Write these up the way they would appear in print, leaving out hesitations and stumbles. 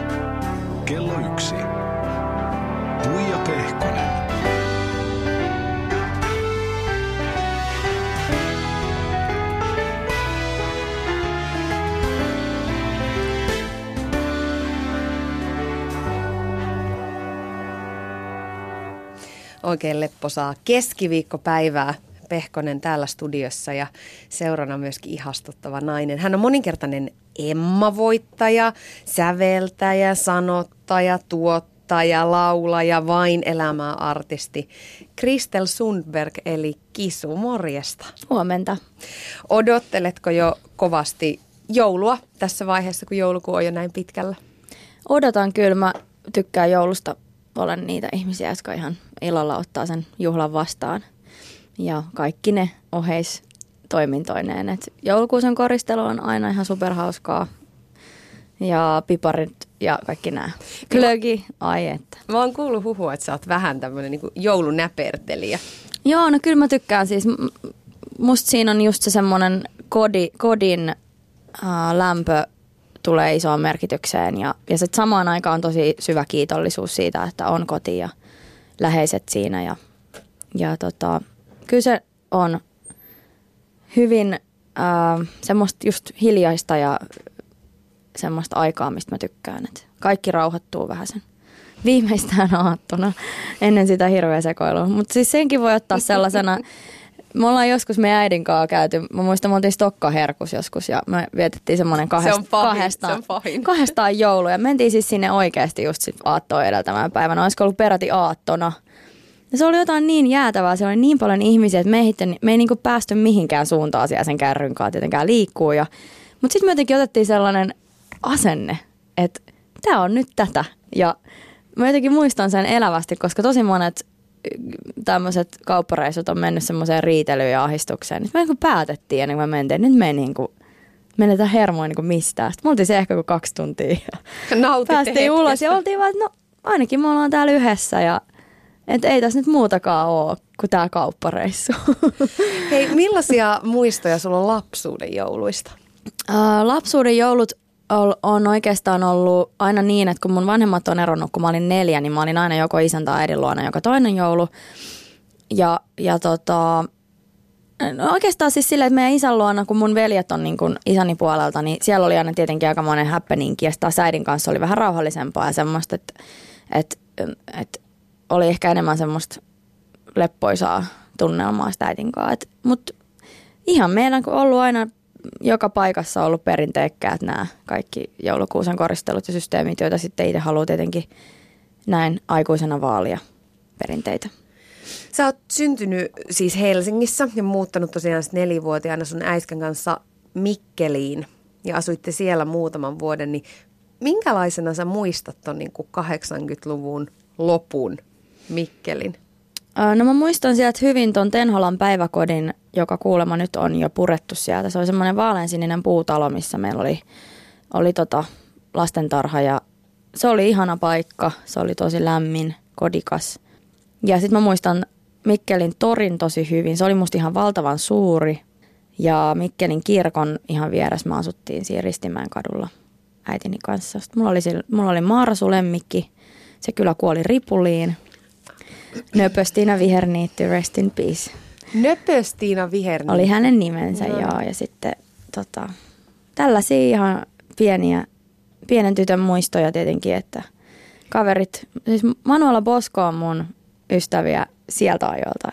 Kello 1. Tuija Pehkonen. Oikein lepposaa keskiviikkopäivää. Pehkonen täällä studiossa ja seurana myöskin ihastuttava nainen. Hän on moninkertainen Emma-voittaja, säveltäjä, sanottaja, tuottaja, laulaja, vain elämää artisti. Kristel Sundberg eli Kisu, morjesta. Huomenta. Odotteletko jo kovasti joulua tässä vaiheessa, kun joulukuu on jo näin pitkällä? Odotan kyllä. Mä tykkään joulusta. Olen niitä ihmisiä, jotka ihan ilolla ottaa sen juhlan vastaan. Ja kaikki ne oheistoimintoineen. Et joulukuusen koristelu on aina ihan superhauskaa. Ja piparit ja kaikki nämä. Glögi, ai että. Mä oon kuullut huhua, että sä oot vähän tämmönen niin joulunäpertelijä. Joo, no kyllä mä tykkään siis. Musta siinä on just se semmoinen kodin lämpö tulee isoon merkitykseen. Ja sitten samaan aikaan on tosi syvä kiitollisuus siitä, että on koti ja läheiset siinä. Ja kyllä se on hyvin semmoista just hiljaista ja semmoista aikaa, mistä mä tykkään. Et kaikki rauhoittuu vähän sen viimeistään aattona ennen sitä hirveä sekoilua. Mutta siis senkin voi ottaa sellaisena. Me ollaan joskus meidän äidin kanssa käyty, mä muistan, me oltiin Stokka-herkus joskus ja me vietettiin semmoinen kahdestaan jouluja. Mentiin siis sinne oikeasti just sit aattoa edeltämään päivänä, olisiko ollut peräti aattona. Ja se oli jotain niin jäätävää, siellä oli niin paljon ihmisiä, että me ei niinku päästy mihinkään suuntaan siellä sen kärryn kanssa tietenkään liikkuu. Mutta sitten me jotenkin otettiin sellainen asenne, että tämä on nyt tätä. Ja mä jotenkin muistan sen elävästi, koska tosi monet tämmöiset kauppareissut on mennyt semmoiseen riitelyyn ja ahdistukseen. Nyt me niin päätettiin ennen kuin me mentiin, nyt me ei niin menetään hermoin niin mistään. Sitten me oltiin se ehkä kuin 2 tuntia. Päästiin ulos ja oltiin vaan, että no ainakin me ollaan täällä yhdessä ja että ei tässä nyt muutakaan ole kuin tämä kauppareissu. Hei, millaisia muistoja sulla on lapsuuden jouluista? Lapsuuden joulut on oikeastaan ollut aina niin, että kun mun vanhemmat on eronnut, kun mä olin 4, niin mä olin aina joko isän tai äidin luona joka toinen joulu. No oikeastaan siis silleen, että meidän isän luona, kun mun veljet on niin kuin isäni puolelta, niin siellä oli aina tietenkin aika monen happeninki. Ja taas äidin kanssa oli vähän rauhallisempaa ja semmoista, että oli ehkä enemmän semmoista leppoisaa tunnelmaa sitä äidin kanssa. Mutta ihan meidän on ollut aina joka paikassa on ollut perinteikkäät nämä kaikki joulukuusen koristelut ja systeemit, joita sitten itse haluaa tietenkin näin aikuisena vaalia perinteitä. Sä oot syntynyt siis Helsingissä ja muuttanut tosiaan 4-vuotiaana sun äiskän kanssa Mikkeliin ja asuitte siellä muutaman vuoden. Niin minkälaisena sä muistat ton niin kuin 80-luvun lopun Mikkelin? No mä muistan sieltä hyvin ton Tenholan päiväkodin, joka kuulemma nyt on jo purettu sieltä. Se oli semmoinen vaaleansininen puutalo, missä meillä oli lastentarha ja se oli ihana paikka. Se oli tosi lämmin, kodikas. Ja sitten mä muistan Mikkelin torin tosi hyvin. Se oli musta ihan valtavan suuri ja Mikkelin kirkon ihan vieressä me asuttiin siinä Ristimäen kadulla äitini kanssa. Sitten mulla oli Maarasu-lemmikki. Se kyllä kuoli ripuliin. Nöpöstiina Viherniitty, rest in peace. Nöpöstiina Viherniitty. Oli hänen nimensä, joo. Ja sitten tällaisia ihan pienen tytön muistoja tietenkin, että kaverit, siis Manuela Bosko on mun ystäviä sieltä ajoilta,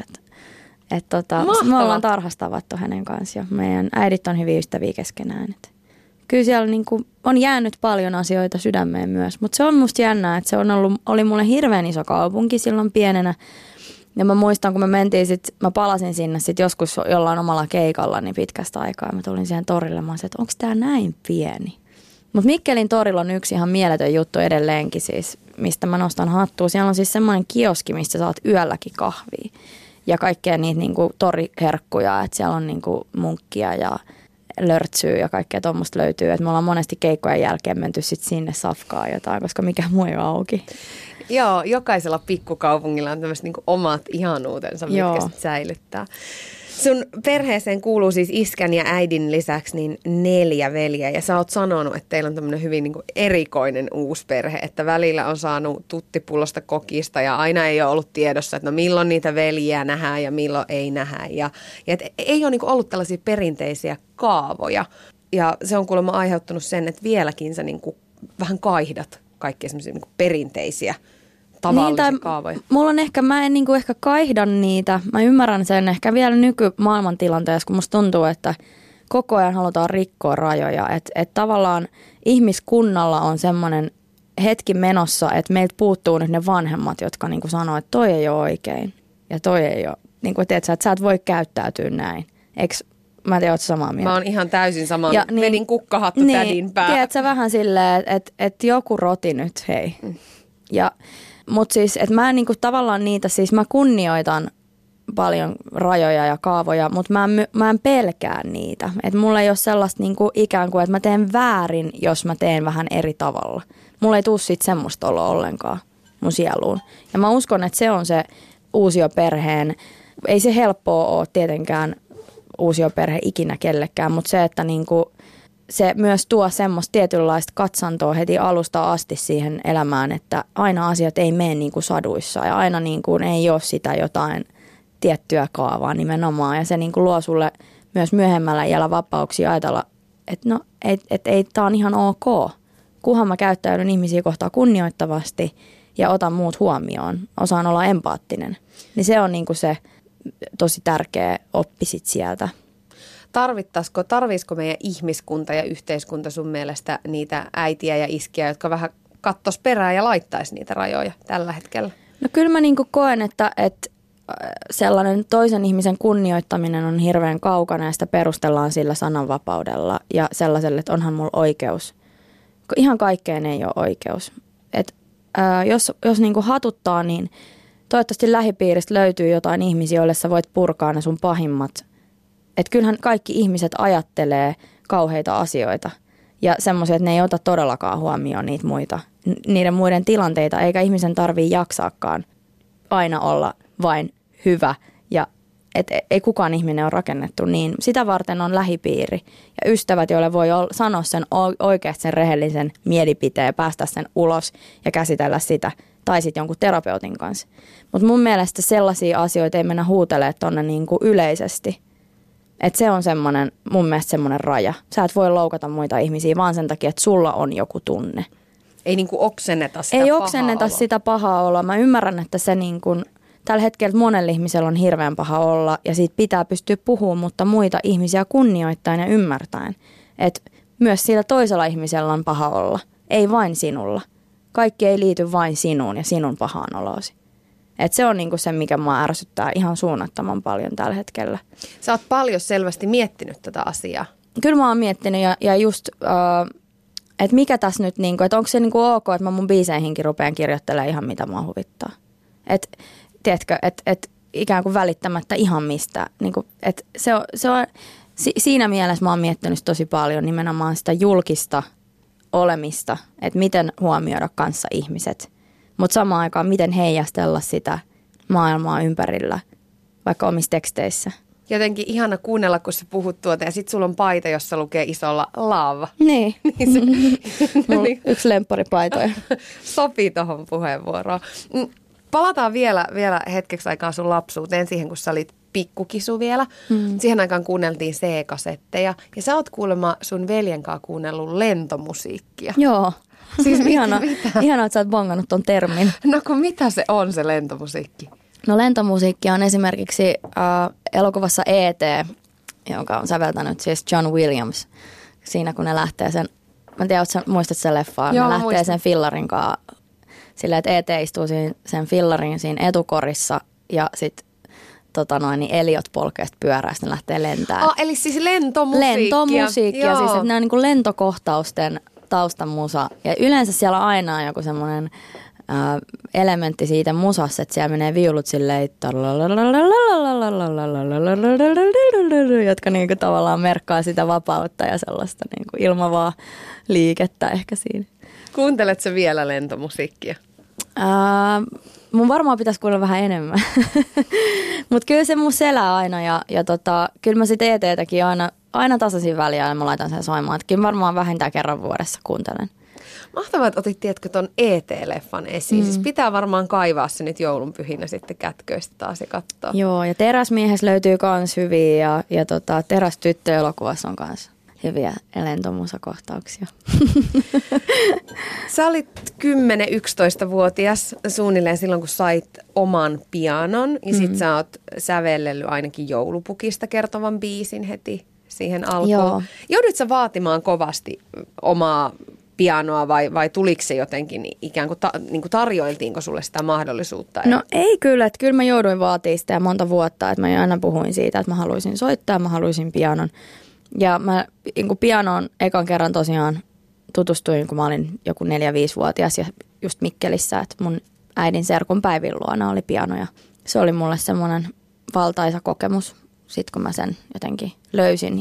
että me ollaan tarhasta tavattu hänen kanssaan ja meidän äidit on hyvin ystäviä keskenään. Että kyllä siellä niinku on jäänyt paljon asioita sydämeen myös, mutta se on musta jännää, että se oli mulle hirveän iso kaupunki silloin pienenä. Ja mä muistan, kun me mentiin mä palasin sinne joskus jollain omalla keikalla niin pitkästä aikaa. Mä tulin siihen torille, mä olisin, että onko tää näin pieni? Mutta Mikkelin torilla on yksi ihan mieletön juttu edelleenkin siis, mistä mä nostan hattua. Siellä on siis semmoinen kioski, mistä saat yölläkin kahvia ja kaikkea niitä niinku toriherkkuja, että siellä on niinku munkkia ja lörtsyä ja kaikkea tuommoista löytyy. Et me ollaan monesti keikkojen jälkeen menty sitten sinne safkaa jotain, koska mikään muu ei ole auki. Joo, jokaisella pikkukaupungilla on tämmöiset niinku omat ihanuutensa, mitkä sitten säilyttää. Sun perheeseen kuuluu siis iskän ja äidin lisäksi niin 4 veljeä ja sä oot sanonut, että teillä on tämmöinen hyvin niin kuin erikoinen uusi perhe, että välillä on saanut tuttipullosta kokista ja aina ei ole ollut tiedossa, että no milloin niitä veljiä nähdään ja milloin ei nähdä ja että ei ole niin kuin ollut tällaisia perinteisiä kaavoja ja se on kuulemma aiheuttanut sen, että vieläkin sä niin kuin vähän kaihdat kaikkia semmoisia niin kuin perinteisiä tavallisia kaavoja. Mulla on mä en niinku ehkä kaihda niitä. Mä ymmärrän sen ehkä vielä nykymaailman tilanteessa, kun musta tuntuu, että koko ajan halutaan rikkoa rajoja. Että tavallaan ihmiskunnalla on semmoinen hetki menossa, että meiltä puuttuu nyt ne vanhemmat, jotka niinku sanoo, että toi ei ole oikein. Ja toi ei ole, niinku, että sä et voi käyttäytyä näin. Mä en tiedä, ootko samaa mieltä? Mä oon ihan täysin samaa. Vedin kukkahattu tädin päälle. Tiedätkö sä vähän silleen, että joku roti nyt, hei. Mutta siis, että mä niinku tavallaan niitä, siis mä kunnioitan paljon rajoja ja kaavoja, mutta mä en pelkää niitä. Että mulla ei ole sellaista niinku ikään kuin, että mä teen väärin, jos mä teen vähän eri tavalla. Mulla ei tule siitä semmoista oloa ollenkaan mun sieluun. Ja mä uskon, että se on se uusioperheen, ei se helppoa ole tietenkään uusioperhe ikinä kellekään, mutta se, että niinku se myös tuo semmoista tietynlaista katsantoa heti alusta asti siihen elämään, että aina asiat ei mene niin kuin saduissa ja aina niin kuin ei ole sitä jotain tiettyä kaavaa nimenomaan. Ja se niin kuin luo sulle myös myöhemmällä iällä vapauksia ajatella, että no, ei tämä on ihan ok. Kunhan mä käyttäydyn ihmisiä kohtaan kunnioittavasti ja otan muut huomioon, osaan olla empaattinen. Niin se on niin kuin se tosi tärkeä oppi sit sieltä. Tarvisiko meidän ihmiskunta ja yhteiskunta sun mielestä niitä äitiä ja iskiä, jotka vähän kattos perään ja laittaisi niitä rajoja tällä hetkellä? No kyllä mä niinku koen, että sellainen toisen ihmisen kunnioittaminen on hirveän kaukana ja sitä perustellaan sillä sananvapaudella ja sellaiselle, että onhan mulla oikeus. Ihan kaikkeen ei ole oikeus. Jos niinku hatuttaa, niin toivottavasti lähipiiristä löytyy jotain ihmisiä, joille sä voit purkaa ne sun pahimmat. Että kyllähän kaikki ihmiset ajattelee kauheita asioita ja semmoisia, että ne ei ota todellakaan huomioon niiden muiden tilanteita, eikä ihmisen tarvitse jaksaakaan aina olla vain hyvä ja ei kukaan ihminen ole rakennettu niin. Sitä varten on lähipiiri ja ystävät, joille voi sanoa sen oikeasti sen rehellisen mielipiteen, päästä sen ulos ja käsitellä sitä tai sitten jonkun terapeutin kanssa. Mutta mun mielestä sellaisia asioita ei mennä huutelemaan tuonne niinku yleisesti. Että se on mun mielestä semmoinen raja. Sä et voi loukata muita ihmisiä vaan sen takia, että sulla on joku tunne. Ei niinku oksenneta sitä Ei pahaa oksenneta oloa. sitä pahaa oloa. Mä ymmärrän, että se niinku, tällä hetkellä monella ihmisellä on hirveän paha olla ja siitä pitää pystyä puhumaan, mutta muita ihmisiä kunnioittaen ja ymmärtäen. Että myös sillä toisella ihmisellä on paha olla. Ei vain sinulla. Kaikki ei liity vain sinuun ja sinun pahaan oloosi. Että se on niinku se, mikä mua ärsyttää ihan suunnattoman paljon tällä hetkellä. Sä oot paljon selvästi miettinyt tätä asiaa. Kyllä mä oon miettinyt ja just, että mikä tässä nyt, niinku, että onko se niinku ok, että mä mun biiseihinkin rupean kirjoittelemaan ihan mitä mua huvittaa. Että tiedätkö, että ikään kuin välittämättä ihan mistä. Niinku, että se on, siinä mielessä mä oon miettinyt tosi paljon nimenomaan sitä julkista olemista, että miten huomioida kanssa ihmiset. Mutta samaan aikaan, miten heijastella sitä maailmaa ympärillä, vaikka omissa teksteissä. Jotenkin ihana kuunnella, kun sä puhut tuota ja sit sulla on paita, jossa lukee isolla love. Niin. Mulla on yksi lempparipaitoja. Sopii tohon puheenvuoroon. Palataan vielä hetkeksi aikaa sun lapsuuteen, siihen kun sä olit pikkukisu vielä. Siihen aikaan kuunneltiin C-kasetteja ja sä oot kuulemma sun veljen kanssa kuunnellut lentomusiikkia. Joo. Siis Ihana, että sä oot bongannut ton termin. No kun mitä se on se lentomusiikki? No lentomusiikki on esimerkiksi elokuvassa E.T., jonka on säveltänyt siis John Williams. Siinä kun ne lähtee sen, mä en tiedä, muistat sen leffaa, Joo, ne lähtee muistan. sen fillarin kanssa silleen, että E.T. istuu sen fillarin siinä etukorissa ja sit niin Eliot polkee pyörää, sitten ne lähtee lentämään. Eli siis lentomusiikkia. Lentomusiikkia, siis että ne on niin kuin lentokohtausten taustamusa. Ja yleensä siellä aina on joku semmoinen elementti siitä musassa, että siellä menee viulut silleen, jotka niinku tavallaan merkkaa sitä vapautta ja sellaista niinku ilmavaa liikettä ehkä siinä. Kuunteletko sä vielä lentomusiikkia? Mun varmaan pitäisi kuulla vähän enemmän. Mutta kyllä se mun selää aina ja kyllä mä sitten ET:täkin aina tasaisin väliä ja mä laitan sen soimaan. Että kyllä varmaan vähintään kerran vuodessa kuuntelen. Mahtavaa, että otit, tiedätkö, ton ET-leffan esiin. Siis pitää varmaan kaivaa se nyt joulunpyhinä sitten kätköistä taas ja katsoa. Joo, ja Teräsmiehessä löytyy kans hyviä ja Terästyttö-elokuvassa on kans hyviä lentomusakohtauksia. Sä olit 10-11-vuotias suunnilleen silloin, kun sait oman pianon. Ja sit sä oot sävellellyt ainakin joulupukista kertovan biisin heti siihen alkuun. Joo. Joudut sä vaatimaan kovasti omaa pianoa vai tuliko se jotenkin ikään kuin, niin kuin tarjoiltiinko sulle sitä mahdollisuutta? No ei kyllä, että kyllä mä jouduin vaatimaan sitä monta vuotta, että mä aina puhuin siitä, että mä haluaisin soittaa, mä haluaisin pianon. Ja mä niin kuin pianoon ekan kerran tosiaan tutustuin, kun mä olin joku 4-5-vuotias ja just Mikkelissä, että mun äidin serkun Päivin luona oli piano ja se oli mulle semmoinen valtaisa kokemus, sit kun mä sen jotenkin löysin.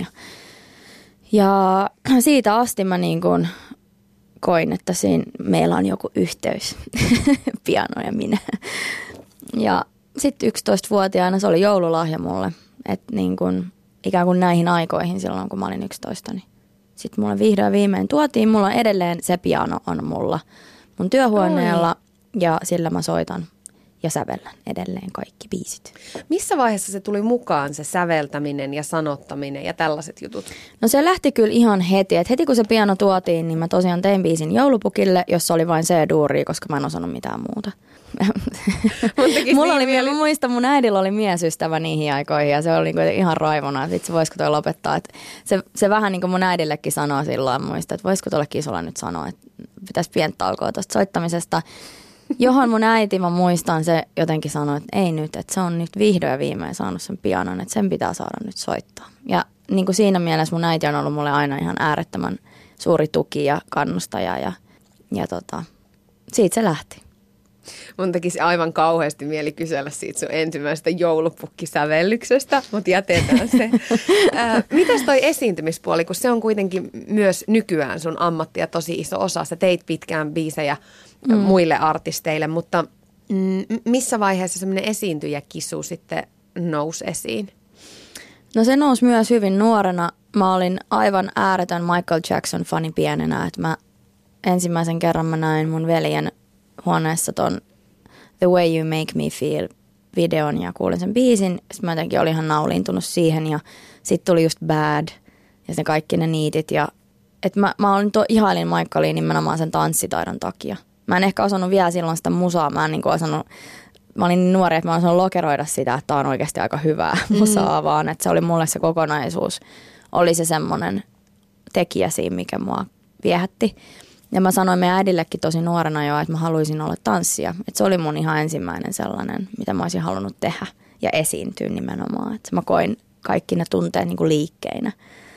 Ja siitä asti mä niin kuin koin, että siinä meillä on joku yhteys, piano ja minä. Ja sitten 11-vuotiaana se oli joululahja mulle, että niin kuin ikään kuin näihin aikoihin silloin, kun mä olin 11, niin sitten mulle vihdoin viimein tuotiin. Mulla on edelleen se piano on mulla mun työhuoneella ja sillä mä soitan ja sävellän edelleen kaikki biisit. Missä vaiheessa se tuli mukaan, se säveltäminen ja sanottaminen ja tällaiset jutut? No se lähti kyllä ihan heti. Et heti kun se piano tuotiin, niin mä tosiaan tein biisin joulupukille, jossa oli vain C-duuria, koska mä en osannut mitään muuta. Mulla oli, mä muistan, mun äidillä oli miesystävä niihin aikoihin ja se oli ihan raivona, että itse voisiko toi lopettaa. Et se vähän niin kuin mun äidillekin sanoo silloin, muistan, että voisiko tuolle kisolla nyt sanoa, että pitäisi pientä taukoa tuosta soittamisesta. Johon mun äiti, mä muistan, se jotenkin sanoi, että ei nyt, että se on nyt vihdoin ja viimein saanut sen pianon, että sen pitää saada nyt soittaa. Ja niin kuin siinä mielessä mun äiti on ollut mulle aina ihan äärettömän suuri tuki ja kannustaja ja siitä se lähti. Mun tekisi aivan kauheasti mieli kysellä siitä sun ensimmäisestä joulupukkisävellyksestä, mutta jätetään se. Mitäs toi esiintymispuoli, kun se on kuitenkin myös nykyään sun ammatti ja tosi iso osa. Sä teit pitkään biisejä muille artisteille, mutta missä vaiheessa semmoinen esiintyjäkisu sitten nousi esiin? No se nousi myös hyvin nuorena. Mä olin aivan ääretön Michael Jackson-fani pienenä, että mä ensimmäisen kerran mä näin mun veljen huoneessa ton The Way You Make Me Feel -videon ja kuulin sen biisin. Sitten mä jotenkin olin ihan nauliintunut siihen ja sitten tuli just Bad ja se kaikki ne niitit. Ja, mä ihailin Michaelia nimenomaan sen tanssitaidon takia. Mä en ehkä osannut vielä silloin sitä musaa. Mä olin niin nuori, että mä en osannut lokeroida sitä, että tää on oikeasti aika hyvää musaa, vaan että se oli mulle se kokonaisuus. Oli se semmoinen tekijä siinä, mikä mua viehätti. Ja mä sanoin meidän äidillekin tosi nuorena jo, että mä haluaisin olla tanssija. Että se oli mun ihan ensimmäinen sellainen, mitä mä olisin halunnut tehdä ja esiintyä nimenomaan. Että mä koin kaikki ne tunteet niin kuin liikkeinä.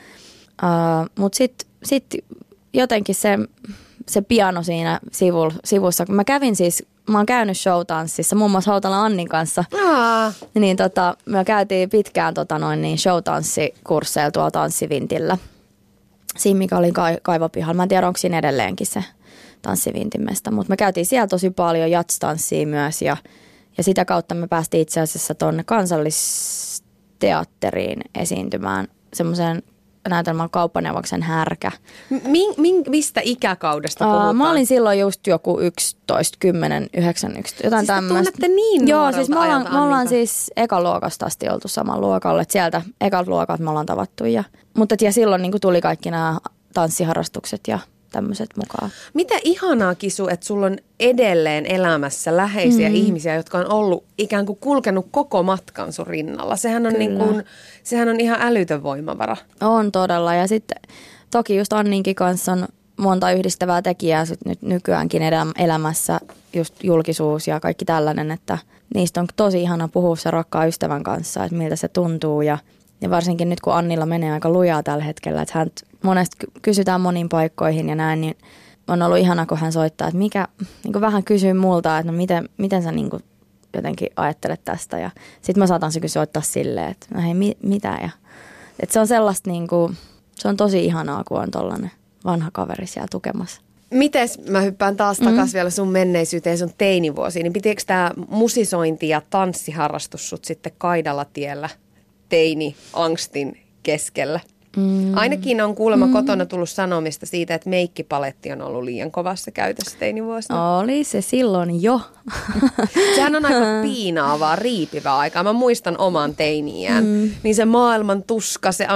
Mutta sit jotenkin se piano siinä sivussa, kun mä oon käynyt showtanssissa, muun muassa Hautala Annin kanssa. Niin me käytiin pitkään showtanssikursseilla tuolla Tanssivintillä. Siinä, mikä oli kaivopihalla. Mä en tiedä, onko siinä edelleenkin se tanssivintimesta, mutta me käytiin siellä tosi paljon jatstanssia myös ja sitä kautta me päästiin itse asiassa tuonne Kansallisteatteriin esiintymään semmoisen näytelmän Kauppaneuvoksen härkä. Mistä ikäkaudesta puhutaan? Mä olin silloin just joku 11, 10, 9, 11, jotain siis tämmöistä. Tunnette niin Joo, siis me ollaan siis ekaluokasta asti oltu saman luokalla. Että sieltä ekalta luokalta me ollaan tavattu. Mutta silloin niin tuli kaikki nämä tanssiharrastukset ja tämmöiset mukaan. Mitä ihanaa, Kisu, että sulla on edelleen elämässä läheisiä ihmisiä, jotka on ollut ikään kuin kulkenut koko matkan sun rinnalla. Sehän on, sehän on ihan älytön voimavara. On todella. Ja sitten toki just Anninkin kanssa on monta yhdistävää tekijää nyt nykyäänkin elämässä, just julkisuus ja kaikki tällainen, että niistä on tosi ihana puhua sen rakkaan ystävän kanssa, että miltä se tuntuu ja varsinkin nyt, kun Annilla menee aika lujaa tällä hetkellä, että hän monesti kysytään moniin paikkoihin ja näin, niin on ollut ihana, kun hän soittaa, että mikä, niin kuin vähän kysyy multa, että no miten sä niin kuin jotenkin ajattelet tästä. Ja sitten mä saatan se soittaa silleen, että no hei, mitä. Ja, että se on sellaista, niin kuin, se on tosi ihanaa, kun on tollainen vanha kaveri siellä tukemassa. Mites, mä hyppään taas takaisin vielä sun menneisyyteen, sun teinivuosiin, niin pitiekö tämä musisointi ja tanssiharrastus sut sitten kaidalla tiellä teini-angstin keskellä? Ainakin on kuulemma kotona tullut sanomista siitä, että meikkipaletti on ollut liian kovassa käytössä teinivuosina. Oli se silloin jo. Sehän on aika piinaavaa, riipivää aikaa. Mä muistan oman teiniään. Niin se maailman tuska, se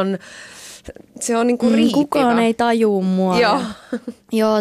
on niinku riipivä. Kukaan ei tajuu mua. Joo. Joo,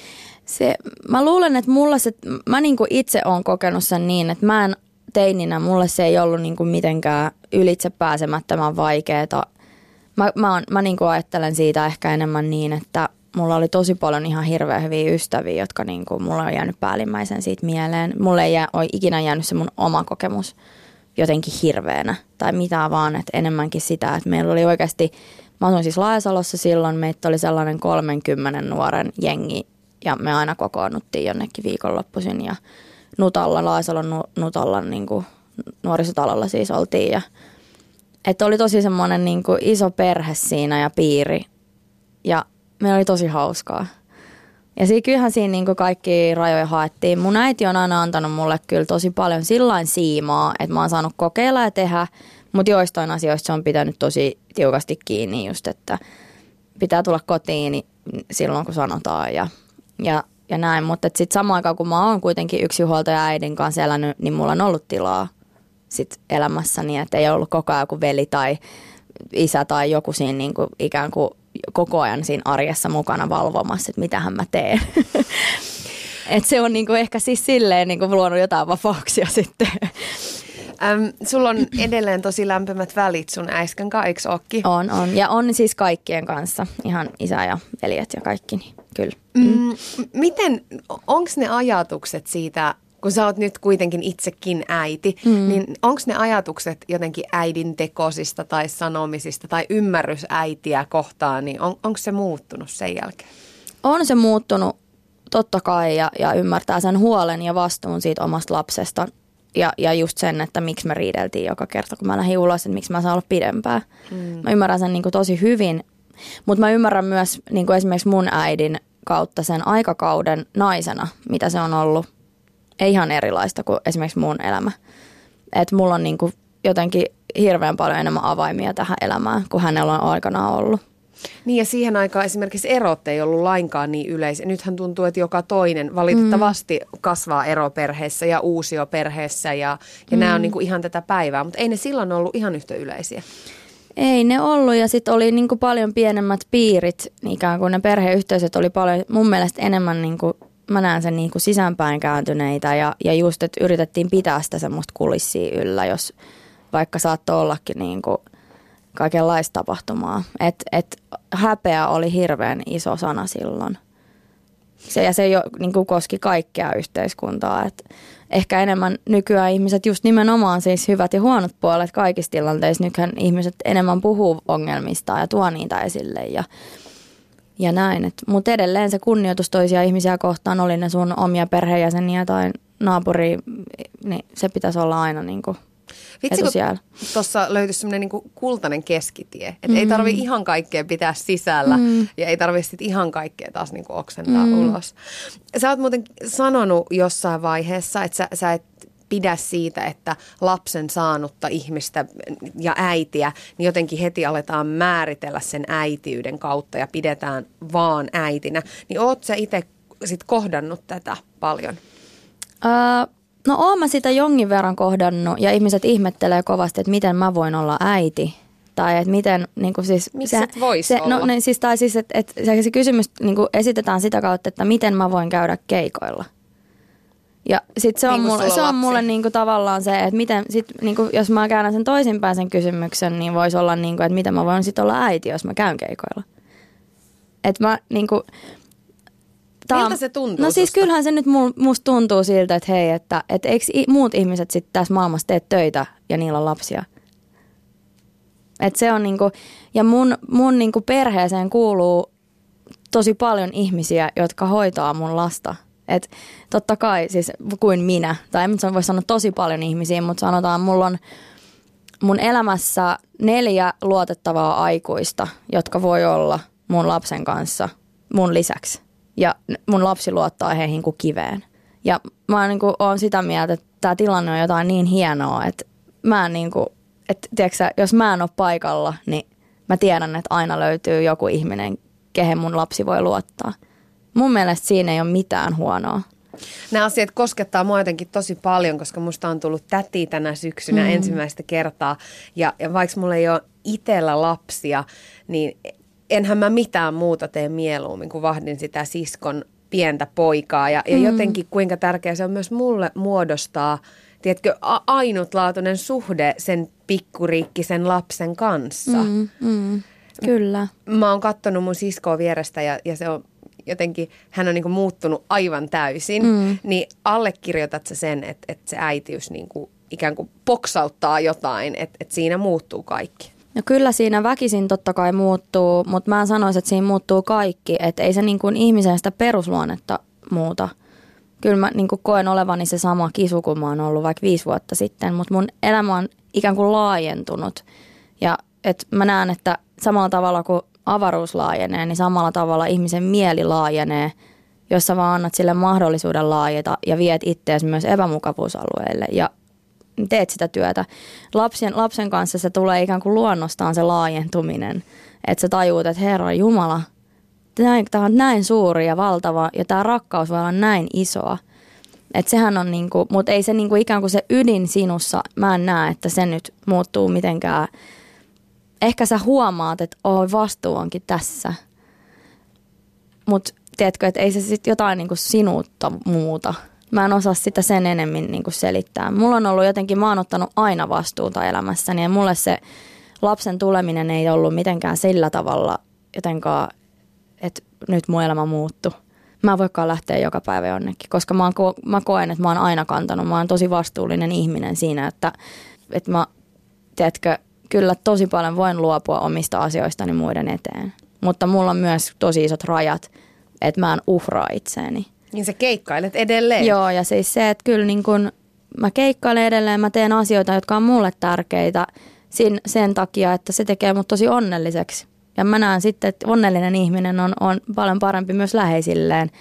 mä luulen, että mä niinku itse oon kokenut sen niin, että mä en teininä, mulle se ei ollut niinku mitenkään ylitse pääsemättömän vaikeeta. Mä niinku ajattelen siitä ehkä enemmän niin, että mulla oli tosi paljon ihan hirveän hyviä ystäviä, jotka niinku, mulla on jäänyt päällimmäisen siitä mieleen. Mulle ei ole ikinä jäänyt se mun oma kokemus jotenkin hirveänä tai mitään vaan, että enemmänkin sitä, että meillä oli oikeasti, mä asuin siis Laajasalossa silloin, meitä oli sellainen 30 nuoren jengi ja me aina kokoonnuttiin jonnekin viikonloppuisin ja Laajasalon Nutallan niinku, nuorisotalolla siis oltiin ja että oli tosi semmoinen niin kuin iso perhe siinä ja piiri ja meillä oli tosi hauskaa. Ja kyllähän siinä niin kuin kaikki rajoja haettiin. Mun äiti on aina antanut mulle kyllä tosi paljon sillain siimaa, että mä oon saanut kokeilla ja tehdä, mutta joistain asioista se on pitänyt tosi tiukasti kiinni just, että pitää tulla kotiin silloin kun sanotaan ja näin. Mutta sitten samaan aikaan kun mä oon kuitenkin yksinhuoltaja äidin kanssa elänyt, niin mulla on ollut tilaa sit elämässäni, että ei ollut koko ajan joku veli tai isä tai joku siinä niin kuin ikään kuin koko ajan siinä arjessa mukana valvomassa, että mitähän mä teen. Että se on niin kuin ehkä siis silleen niin kuin luonut jotain vapauksia sitten. Sulla on edelleen tosi lämpimät välit sun äiskän kanssa, eikö ookin? On. Ja on siis kaikkien kanssa. Ihan isä ja veljet ja kaikki, niin kyllä. Miten, onko ne ajatukset siitä, kun sä oot nyt kuitenkin itsekin äiti, niin onko ne ajatukset jotenkin äidin tekosista tai sanomisista tai ymmärrys äitiä kohtaan, niin onko se muuttunut sen jälkeen? On se muuttunut totta kai ja ymmärtää sen huolen ja vastuun siitä omasta lapsesta. Ja just sen, että miksi me riideltiin joka kerta, kun mä lähdin ulos, että miksi mä saan olla pidempään. Mä ymmärrän sen niin kuin tosi hyvin, mutta mä ymmärrän myös niin kuin esimerkiksi mun äidin kautta sen aikakauden naisena, mitä se on ollut. Ei ihan erilaista kuin esimerkiksi mun elämä. Että mulla on niin kuin jotenkin hirveän paljon enemmän avaimia tähän elämään, kuin hänellä on aikanaan ollut. Niin ja siihen aikaan esimerkiksi erot ei ollut lainkaan niin yleisiä. Nythän tuntuu, että joka toinen valitettavasti kasvaa eroperheessä ja uusioperheessä ja nämä on niin kuin ihan tätä päivää, mutta ei ne silloin ollut ihan yhtä yleisiä. Ei ne ollut ja sitten oli niin kuin paljon pienemmät piirit, ikään kuin ne perheyhteisöt oli paljon mun mielestä enemmän niin kuin mä näen sen niin kuin sisäänpäin kääntyneitä ja just, että yritettiin pitää sitä semmoista kulissia yllä, jos vaikka saattoi ollakin niin kuin kaikenlaista tapahtumaa. Et häpeä oli hirveän iso sana silloin. Se jo niin kuin koski kaikkea yhteiskuntaa. Et ehkä enemmän nykyään ihmiset just nimenomaan siis hyvät ja huonot puolet kaikissa tilanteissa. Nythän ihmiset enemmän puhuu ongelmista ja tuo niitä esille ja näin. Mutta edelleen se kunnioitus toisia ihmisiä kohtaan, oli ne sun omia perheenjäseniä tai naapuri, niin se pitäisi olla aina niin kuin vitsi, kun tuossa löytyisi semmoinen niin kultainen keskitie. Että ei tarvitse ihan kaikkea pitää sisällä ja ei tarvitse ihan kaikkea taas niin kuin oksentaa ulos. Sä oot muuten sanonut jossain vaiheessa, että sä et pidä siitä, että lapsen saanutta ihmistä ja äitiä, niin jotenkin heti aletaan määritellä sen äitiyden kautta ja pidetään vaan äitinä. Niin oot sä itse sit kohdannut tätä paljon? No oon mä sitä jonkin verran kohdannut ja ihmiset ihmettelee kovasti, että miten mä voin olla äiti. Tai että miten niin kuin siis... Miksi et vois olla? No niin, siis, tai siis, että se kysymys niin kuin esitetään sitä kautta, että miten mä voin käydä keikoilla. Ja sitten se on mulle niin kuin tavallaan se, että miten sit, niin kuin, jos mä käännän sen toisinpäin sen kysymyksen, niin voisi olla niin kuin, että miten mä voin sitten olla äiti, jos mä käyn keikoilla. Että mä niin kuin... Miltä se tuntuu? No siis kyllähän se nyt musta tuntuu siltä, että hei, että eikö muut ihmiset sitten tässä maailmassa tee töitä ja niillä on lapsia. Että se on niinku, ja mun niinku perheeseen kuuluu tosi paljon ihmisiä, jotka hoitaa mun lasta. Että totta kai siis kuin minä, tai en voi sanoa tosi paljon ihmisiä, mutta sanotaan mulla on mun elämässä 4 luotettavaa aikuista, jotka voi olla mun lapsen kanssa mun lisäksi. ja mun lapsi luottaa heihin kuin kiveen. Ja mä niin kuin oon sitä mieltä, että tämä tilanne on jotain niin hienoa, että mä en niin kuin, että tiedätkö, jos mä en ole paikalla, niin mä tiedän, että aina löytyy joku ihminen, kehen mun lapsi voi luottaa. Mun mielestä siinä ei ole mitään huonoa. Nämä asiat koskettaa mua jotenkin tosi paljon, koska musta on tullut täti tänä syksynä ensimmäistä kertaa. Ja vaikka mulla ei ole itsellä lapsia, niin enhän mä mitään muuta tee mieluummin, kun vahdin sitä siskon pientä poikaa. Ja jotenkin kuinka tärkeää se on myös mulle muodostaa, tiedätkö, ainutlaatuinen suhde sen pikkuriikkisen lapsen kanssa. Kyllä. Mä oon kattonut mun siskoa vierestä ja se on jotenkin, hän on niinku muuttunut aivan täysin. Niin allekirjoitat sä sen, että se äitiys niinku ikään kuin poksauttaa jotain, että siinä muuttuu kaikki? No kyllä siinä väkisin totta kai muuttuu, mutta mä sanoisin, että siinä muuttuu kaikki. Että ei se niin kuin ihmisen sitä perusluonnetta muuta. Kyllä mä niin kuin koen olevani se sama kisu, kun mä oon ollut vaikka 5 vuotta sitten, mutta mun elämä on ikään kuin laajentunut. Ja että mä näen, että samalla tavalla kuin avaruus laajenee, niin samalla tavalla ihmisen mieli laajenee, jos sä vaan annat sille mahdollisuuden laajeta ja viet itseäsi myös epämukavuusalueelle ja teet sitä työtä. Lapsen kanssa se tulee ikään kuin luonnostaan se laajentuminen, että sä tajuut, että Herra Jumala, tämä on näin suuri ja valtava ja tämä rakkaus voi olla näin isoa. Että sehän on niinku, mutta ei se niinku ikään kuin se ydin sinussa, mä en näe, että se nyt muuttuu mitenkään. Ehkä sä huomaat, että vastuu onkin tässä. Mutta tiedätkö, että ei se sitten jotain niinku sinuutta muuta. Mä en osaa sitä sen enemmän niinku selittää. Mulla on ollut jotenkin, mä oon ottanut aina vastuuta elämässäni ja mulle se lapsen tuleminen ei ollut mitenkään sillä tavalla jotenkaan, että nyt mun elämä muuttuu. Mä en voikaan lähteä joka päivä jonnekin, koska mä koen, että mä oon aina kantanut. Mä oon tosi vastuullinen ihminen siinä, että mä, tiedätkö, kyllä tosi paljon voin luopua omista asioistani muiden eteen. Mutta mulla on myös tosi isot rajat, että mä en uhraa itseäni. Niin sä keikkailet edelleen. Joo, ja siis se, että kyllä niin kun mä keikkailen edelleen, mä teen asioita, jotka on mulle tärkeitä sen takia, että se tekee mut tosi onnelliseksi. Ja mä näen sitten, että onnellinen ihminen on paljon parempi myös läheisilleen.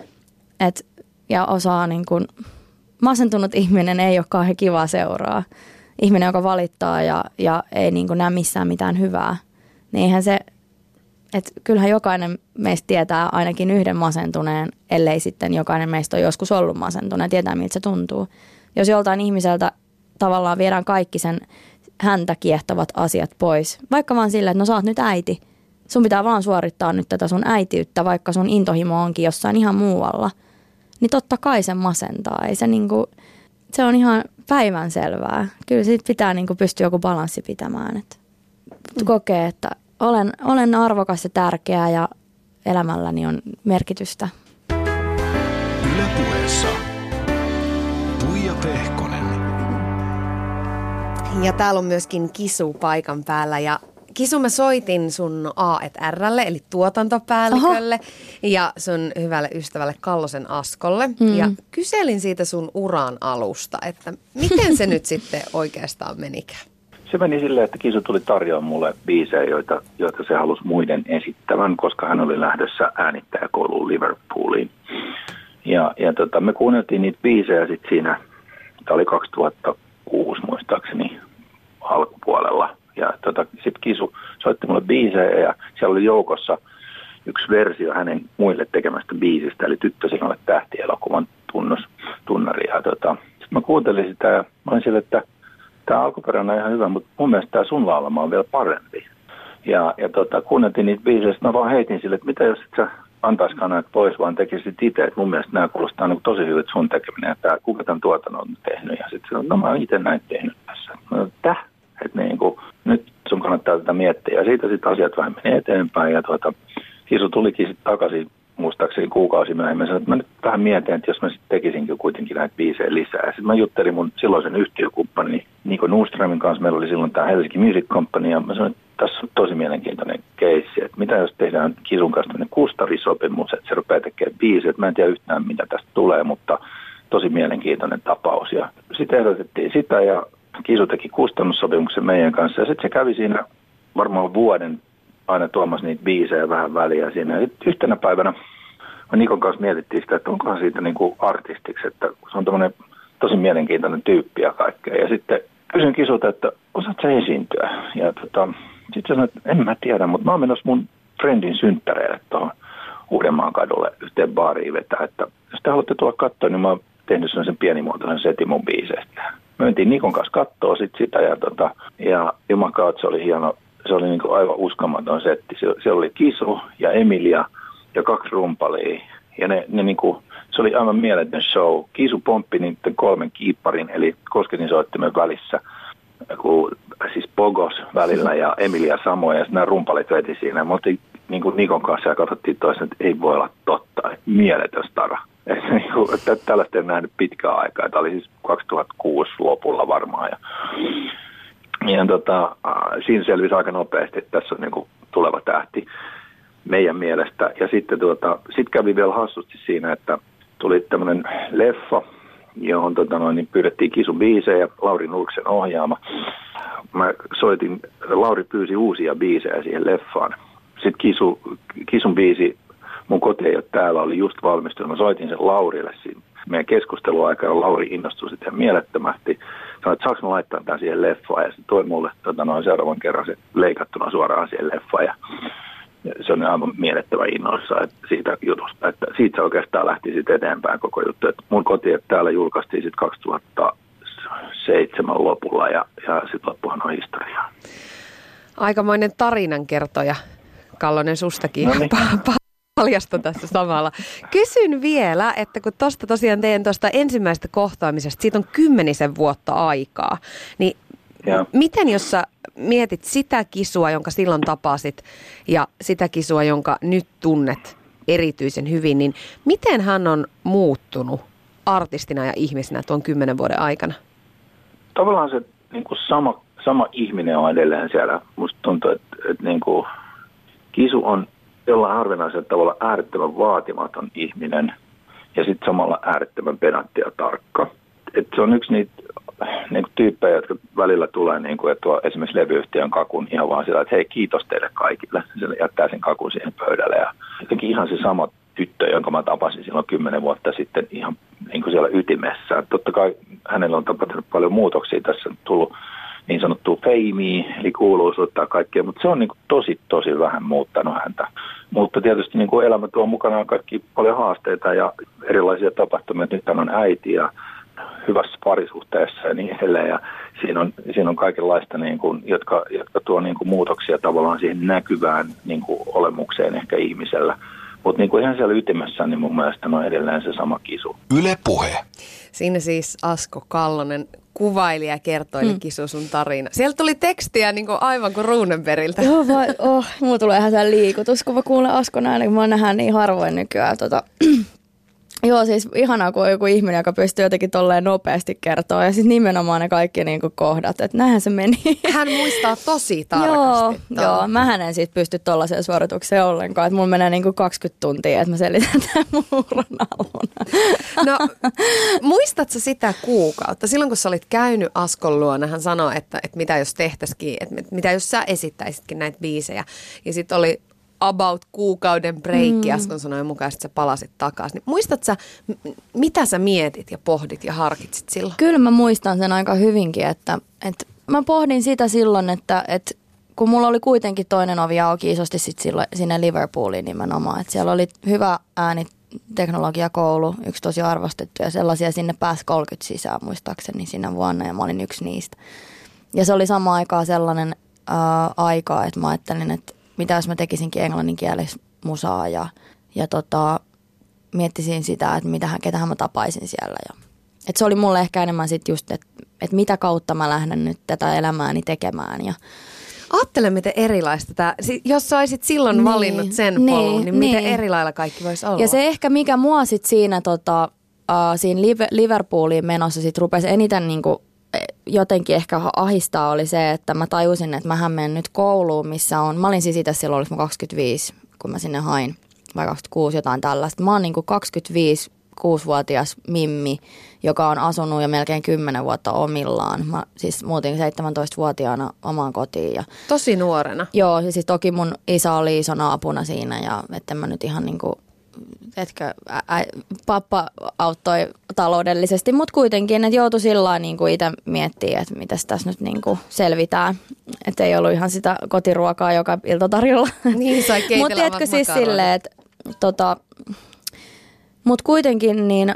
Ja osaa niin kun, masentunut ihminen ei ole kauhean kivaa seuraa. Ihminen, joka valittaa ja ei niin kun näe missään mitään hyvää. Niin eihän se, että kyllähän jokainen meistä tietää ainakin yhden masentuneen, ellei sitten jokainen meistä ole joskus ollut masentuneen, tietää miltä se tuntuu. Jos joltain ihmiseltä tavallaan viedään kaikki sen häntä kiehtovat asiat pois, vaikka vaan sillä, että no sä oot nyt äiti, sun pitää vaan suorittaa nyt tätä sun äitiyttä, vaikka sun intohimo onkin jossain ihan muualla, niin totta kai se masentaa. Ei se, niinku, se on ihan päivänselvää. Kyllä siitä pitää niinku pystyä joku balanssi pitämään, että kokee, että olen arvokas ja tärkeä ja elämälläni on merkitystä. Yle Puheessa Tuija Pehkonen. Ja täällä on myöskin Kisu paikan päällä ja Kisu, mä soitin sun A&R:lle eli tuotantopäällikölle ja sun hyvälle ystävälle Kallosen Askolle ja kyselin siitä sun uran alusta, että miten se nyt sitten oikeastaan menikään? Se meni silleen, että Kisu tuli tarjoamaan mulle biisejä, joita se halusi muiden esittävän, koska hän oli lähdössä äänittäjäkouluun Liverpooliin. Ja me kuunneltiin niitä biisejä sitten siinä, tämä oli 2006 muistaakseni alkupuolella. Ja sitten Kisu soitti mulle biisejä ja siellä oli joukossa yksi versio hänen muille tekemästä biisistä, eli Tyttö sinulle tähti-elokuvan tunnari. Ja sitten mä kuuntelin sitä ja mä olin sille, että tämä alkuperäinen on ihan hyvä, mutta mun mielestä tämä sun laulama on vielä parempi. Ja kuunneltiin niitä biisejä, mä vaan heitin sille, että mitä jos et sä antaisikaan näitä pois, vaan tekisit itse, että mun mielestä nämä kuulostaa niin tosi hyvät sun tekeminen, ja kuka tämän tuotannon on tehnyt. Ja sitten sanoin, no mä oon itse näitä tehnyt tässä. Että niin kuin, nyt sun kannattaa tätä miettiä. Ja siitä sitten asiat vähän meni eteenpäin, ja Kisu tulikin sitten takaisin muistaakseni kuukausi myöhemmin. Sanoin, että mä nyt vähän mietin, että jos mä sitten tekisinkin kuitenkin näitä biisejä lisää. Ja sitten mä juttelin mun silloisen yhtiökumppani Niko Nordströmin kanssa. Meillä oli silloin tämä Helsinki Music Company. Ja mä sanoin, että tässä on tosi mielenkiintoinen keissi. Että mitä jos tehdään Kisun kanssa tämmöinen kustarisopimus, että se rupeaa tekemään biisejä. Mä en tiedä yhtään, mitä tästä tulee, mutta tosi mielenkiintoinen tapaus. Ja sitten ehdotettiin sitä ja Kisu teki kustannussopimuksen meidän kanssa. Ja sitten se kävi siinä varmaan vuoden aina tuomassa niitä biisejä vähän väliä siinä. Ja yhtenä päivänä me Nikon kanssa mietittiin sitä, että onkohan siitä niin kuin artistiksi, että se on tämmöinen tosi mielenkiintoinen tyyppi ja kaikkea. Ja sitten kysyin Kisulta, että osaat sä esiintyä? Ja sitten sanoin, että en mä tiedä, mutta mä oon menossa mun friendin synttäreille tuohon Uudenmaan kadulle yhteen baariin vetää, että jos te haluatte tulla katsoa, niin mä oon tehnyt sellaisen pienimuotoisen setin mun biiseistä. Me mentiin Nikon kanssa katsoa sitä ja jumakaut, se oli hieno, se oli niin kuin aivan uskomaton setti. Siellä oli Kisu ja Emilia ja 2 rumpalia ja ne niin kuin, se oli aivan mieletön show. Kisu pomppi niiden 3 kiipparin eli kosketinsoittimen välissä, siis Pogos välillä ja Emilia samoin ja nämä rumpalit veti siinä. Me oltiin niin kuin Nikon kanssa ja katsottiin toisen, että ei voi olla totta, mieletön stara. Tällaista en nähnyt pitkään aikaa. Tämä oli siis 2006 lopulla varmaan. Ja siinä selvisi aika nopeasti, että tässä on niin kuin tuleva tähti meidän mielestä. Ja sitten sit kävi vielä hassusti siinä, että tuli tämmöinen leffa, johon pyydettiin Kisun biisejä, Lauri Nurksen ohjaama. Mä soitin, Lauri pyysi uusia biisejä siihen leffaan. Sitten Kisun biisi, mun koti ei ole täällä, oli just valmistunut. Mä soitin sen Laurille siinä meidän keskusteluaikana. Lauri innostui sitten mielettömästi. Sanoin, että saanko mä laittaa tämän siihen leffaan. Ja se toi mulle seuraavan kerran se leikattuna suoraan siihen leffaan. Ja se on aivan mielettömän innoissa siitä jutusta. Että siitä se oikeastaan lähti sitten eteenpäin koko juttu. Että mun koti täällä julkaistiin sitten 2007 lopulla ja sitten loppuhan on historiaa. Aikamoinen tarinankertoja, Kallonen, sustakin paljastui tässä samalla. Kysyn vielä, että kun tuosta tosiaan teidän tuosta ensimmäisestä kohtaamisesta, siitä on 10 vuotta aikaa, niin miten jos sä mietit sitä Kisua, jonka silloin tapasit ja sitä Kisua, jonka nyt tunnet erityisen hyvin, niin miten hän on muuttunut artistina ja ihmisenä tuon 10 vuoden aikana? Tavallaan se niin kuin sama ihminen on edelleen siellä. Musta tuntuu, että niin kuin Kisu on jollain harvinaisella tavalla äärettömän vaatimaton ihminen ja sitten samalla äärettömän pedantti ja tarkka. Et se on yksi niitä niin kuin tyyppejä, jotka välillä tulee niin kuin, että tuo esimerkiksi levyyhtiön kakun ihan vaan sillä, että hei, kiitos teille kaikille. Se jättää sen kakun siihen pöydälle ja jotenkin ihan se sama tyttö, jonka mä tapasin silloin 10 vuotta sitten ihan niin kuin siellä ytimessä. Totta kai hänellä on tapahtunut paljon muutoksia. Tässä on tullut niin sanottua feimiä, eli kuuluisuutta ja kaikkea, mutta se on niin kuin tosi vähän muuttanut häntä. Mutta tietysti niin kuin elämä tuo mukanaan kaikki paljon haasteita ja erilaisia tapahtumia. Nyt hän on äiti ja hyvässä parisuhteessa ja niin edelleen. Ja siinä on kaikenlaista, niin kuin, jotka tuo niin kuin muutoksia tavallaan siihen näkyvään niin kuin olemukseen ehkä ihmisellä. Mutta niin kuin ihan siellä ytimessä, niin mun mielestä on edelleen se sama Kisu. Yle Puhe. Siinä siis Asko Kallonen kuvaili ja kertoili Kisu sun tarina. Sieltä tuli tekstiä niin kuin aivan kuin Ruunenbergiltä. Joo, mulla tulee ihan sellainen liikutus, kun mä kuulen Askon äänen, kun mä nähdään niin harvoin nykyään. Joo, siis ihanaa, kun on joku ihminen, joka pystyy jotenkin tolleen nopeasti kertoa. Ja sitten nimenomaan ne kaikki niinku kohdat, että näinhän se meni. Hän muistaa tosi tarkasti. Joo, mähän en siitä pysty tollaiseen suoritukseen ollenkaan. Että mulla menee niinku 20 tuntia, että mä selitän tämän muuron aluna. No, muistatko sitä kuukautta? Silloin kun sä olit käynyt Askon luona, hän sanoi, että mitä jos tehtäisikin, että mitä jos sä esittäisitkin näitä biisejä. Ja sitten oli about kuukauden breikki, Askon sanojen mukaan, että sä palasit takaisin. Niin muistatko sä, mitä sä mietit ja pohdit ja harkitsit silloin? Kyllä mä muistan sen aika hyvinkin, että mä pohdin sitä silloin, että kun mulla oli kuitenkin toinen ovi auki isosti sinne Liverpooliin nimenomaan, että siellä oli hyvä ääniteknologiakoulu, yksi tosi arvostettu ja sellaisia sinne pääsi 30 sisään muistaakseni siinä vuonna ja mä olin yksi niistä. Ja se oli samaan aikaan sellainen aikaa, että mä ajattelin, että mitä jos mä tekisinkin englanninkielistä musaa ja miettisin sitä, että ketähän mä tapaisin siellä. Et se oli mulle ehkä enemmän sit just, että mitä kautta mä lähden nyt tätä elämääni tekemään. Ja ajattele, miten erilaista tämä, jos sä olisit silloin valinnut sen polun, niin miten eri lailla kaikki voisi olla. Ja se ehkä, mikä mua sit siinä Liverpooliin menossa sit rupesi eniten niinku jotenkin ehkä ahistaa oli se, että mä tajusin, että mähän menen nyt kouluun, missä on, mä olin siis itse silloin, oliko mä 25, kun mä sinne hain, vai 26, jotain tällaista. Mä oon niinku 25-6-vuotias mimmi, joka on asunut jo melkein 10 vuotta omillaan. Mä siis muutin 17-vuotiaana omaan kotiin. Ja tosi nuorena. Joo, ja siis toki mun isä oli isona apuna siinä, ja etten mä nyt ihan niinku pappa auttoi taloudellisesti, mutta kuitenkin, että joutui sillä niin itse miettimään, että miten tässä nyt niin kuin selvitään. Että ei ollut ihan sitä kotiruokaa joka ilta tarjolla. Niin, sai keitellä mutta tiedätkö siis silleen, että mutta kuitenkin niin,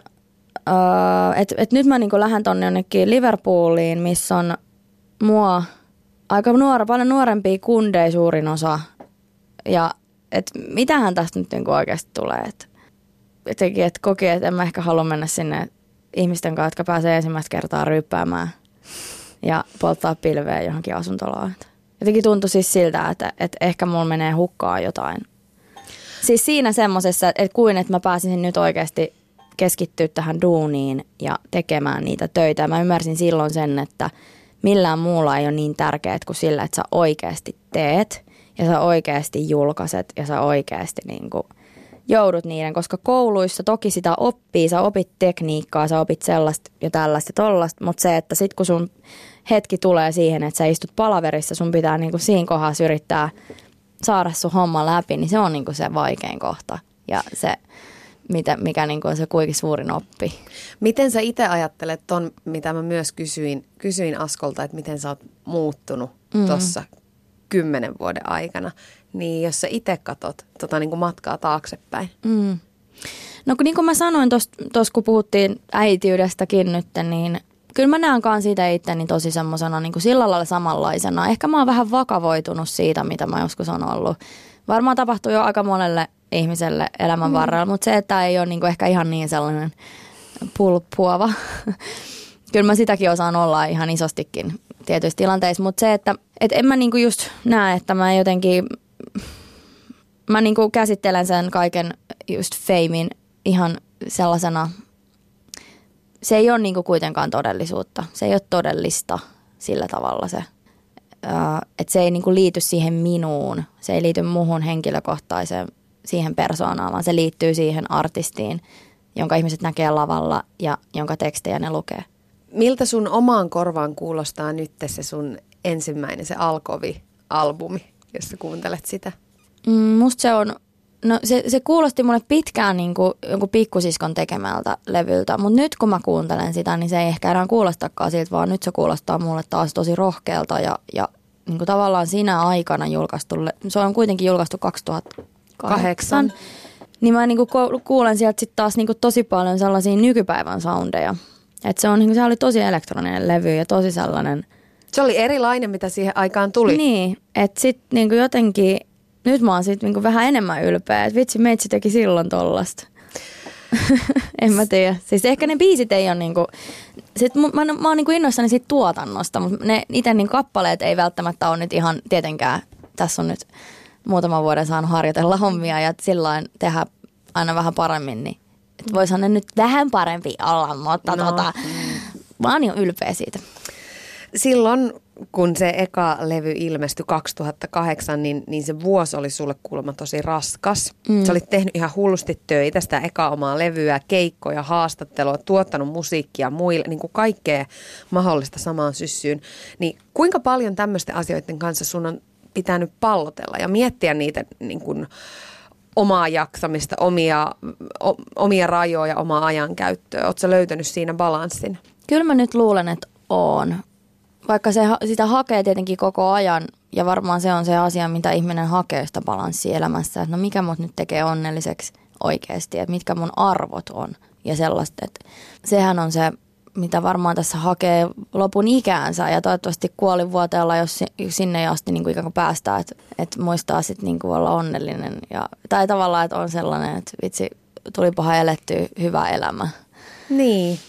että nyt mä niin kuin lähden tonne jonnekin Liverpooliin, missä on mua aika paljon nuorempia kundeja suurin osa. Ja että mitähän tästä nyt niin oikeasti tulee. Että jotenkin, että koki, että en mä ehkä halua mennä sinne ihmisten kanssa, jotka pääsee ensimmäistä kertaa ryyppäämään ja polttaa pilveä johonkin asuntolaan. Jotenkin tuntui siis siltä, että ehkä mulla menee hukkaan jotain. Siis siinä semmosessa, että kuin että mä pääsisin nyt oikeasti keskittyä tähän duuniin ja tekemään niitä töitä. Ja mä ymmärsin silloin sen, että millään muulla ei ole niin tärkeää kuin sillä, että sä oikeasti teet ja sä oikeasti julkaiset ja sä oikeasti niin kuin joudut niiden, koska kouluissa toki sitä oppii, sä opit tekniikkaa, sä opit sellaista ja tällaista ja tollaista, mutta se, että sit kun sun hetki tulee siihen, että sä istut palaverissa, sun pitää niin kuin siinä kohdassa yrittää saada sun homma läpi, niin se on niin kuin se vaikein kohta ja se, mikä niin kuin on se kuinka suurin oppi. Miten sä itse ajattelet ton, mitä mä myös kysyin Askolta, että miten sä oot muuttunut tuossa 10 vuoden aikana, niin jos sä itse katot niin kuin matkaa taaksepäin. No niin kuin mä sanoin tuossa kun puhuttiin äitiydestäkin nyt, niin kyllä mä näen kans siitä itteni tosi semmosena niin kuin sillä lailla samanlaisena. Ehkä mä oon vähän vakavoitunut siitä, mitä mä joskus on ollut. Varmaan tapahtuu jo aika monelle ihmiselle elämän varrella, mutta se, että ei ole niin kuin ehkä ihan niin sellainen pulppuava. Kyllä mä sitäkin osaan olla ihan isostikin tietyissä tilanteissa, mutta se, että en mä niinku just näe, että mä jotenkin, mä niinku käsittelen sen kaiken just feimin ihan sellaisena, se ei ole niinku kuitenkaan todellisuutta, se ei ole todellista sillä tavalla se, että se ei niinku liity siihen minuun, se ei liity muuhun henkilökohtaiseen siihen persoonaan, vaan se liittyy siihen artistiin, jonka ihmiset näkee lavalla ja jonka tekstejä ne lukee. Miltä sun omaan korvaan kuulostaa nyt se sun ensimmäinen, se Alkovi-albumi, jos sä kuuntelet sitä? Musta se on, no se kuulosti mulle pitkään niin kuin jonkun pikkusiskon tekemältä levyltä, mutta nyt kun mä kuuntelen sitä, niin se ei ehkä enää kuulostakaan siltä, vaan nyt se kuulostaa mulle taas tosi rohkealta ja niin kuin tavallaan siinä aikana julkaistu, se on kuitenkin julkaistu 2008, niin mä niin kuin kuulen sieltä sitten taas niin kuin tosi paljon sellaisia nykypäivän soundeja. Että se oli tosi elektroninen levy ja tosi sellainen. Se oli erilainen, mitä siihen aikaan tuli. Niin, että sitten niinku jotenkin, nyt mä oon siitä niinku vähän enemmän ylpeä, että vitsi meitsi teki silloin tollasta. En mä tiedä. Siis ehkä ne biisit ei ole niinku, mä oon niinku innoissani siitä tuotannosta, mutta ne itse niinku kappaleet ei välttämättä ole nyt ihan tietenkään, tässä on nyt muutaman vuoden saanut harjoitella hommia ja sillain tehdä aina vähän paremmin, niin että voisihan ne nyt vähän parempi olla, mutta mä oon jo ylpeä siitä. Silloin, kun se eka levy ilmestyi 2008, niin se vuosi oli sulle kuulemma tosi raskas. Sä olit tehnyt ihan hullusti töitä, sitä eka omaa levyä, keikkoja, haastattelua, tuottanut musiikkia muille, niin kuin kaikkea mahdollista samaan syssyyn. Niin kuinka paljon tämmöisten asioiden kanssa sun on pitänyt pallotella ja miettiä niitä niin kuin omaa jaksamista, omia rajoja, omaa ajankäyttöä? Ootko sä löytänyt siinä balanssin? Kyllä mä nyt luulen, että oon. Vaikka sitä hakee tietenkin koko ajan ja varmaan se on se asia, mitä ihminen hakee sitä balanssia elämässä. Että no mikä mut nyt tekee onnelliseksi oikeasti, että mitkä mun arvot on ja sellaista. Että sehän on se, mitä varmaan tässä hakee lopun ikäänsä ja toivottavasti kuolinvuoteella, jos sinne asti niin kuin ikään kuin päästään, että muistaa sitten niin kuin olla onnellinen. Tai tavallaan, että on sellainen, että vitsi, tulipahan elettyä hyvä elämä. Niin.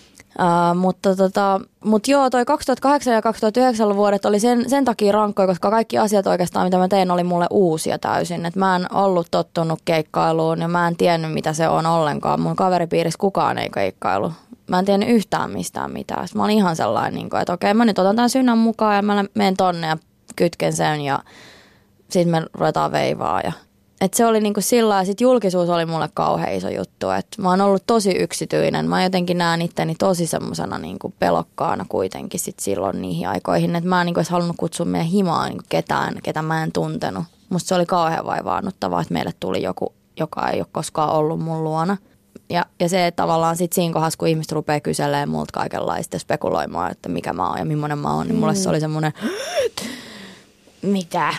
Mutta joo, toi 2008 ja 2009 vuodet oli sen takia rankkoja, koska kaikki asiat oikeastaan, mitä mä tein, oli mulle uusia täysin. Et mä en ollut tottunut keikkailuun ja mä en tiennyt, mitä se on ollenkaan. Mun kaveripiirissä kukaan ei keikkailu. Mä en tiennyt yhtään mistään mitään. Sitten mä olin ihan sellainen, että okei, mä nyt otan tämän synnän mukaan ja mä menen tonne ja kytken sen ja sitten me ruvetaan veivaa. Että se oli niinku sillä ja sitten julkisuus oli mulle kauhean iso juttu. Että mä oon ollut tosi yksityinen. Mä jotenkin näen itteni tosi semmosena niinku pelokkaana kuitenkin sit silloin niihin aikoihin. Että mä en niinku edes halunnut kutsua meidän himaan niinku ketään, ketä mä en tuntenut. Musta se oli kauhean vaivaannuttavaa, että meille tuli joka ei ole koskaan ollut mun luona. Ja se että tavallaan sitten siinä kohdassa, kun ihmiset rupeaa kyselemään multa kaikenlaista ja spekuloimaan, että mikä mä oon ja millainen mä oon, niin mulle se oli semmoinen, mitä?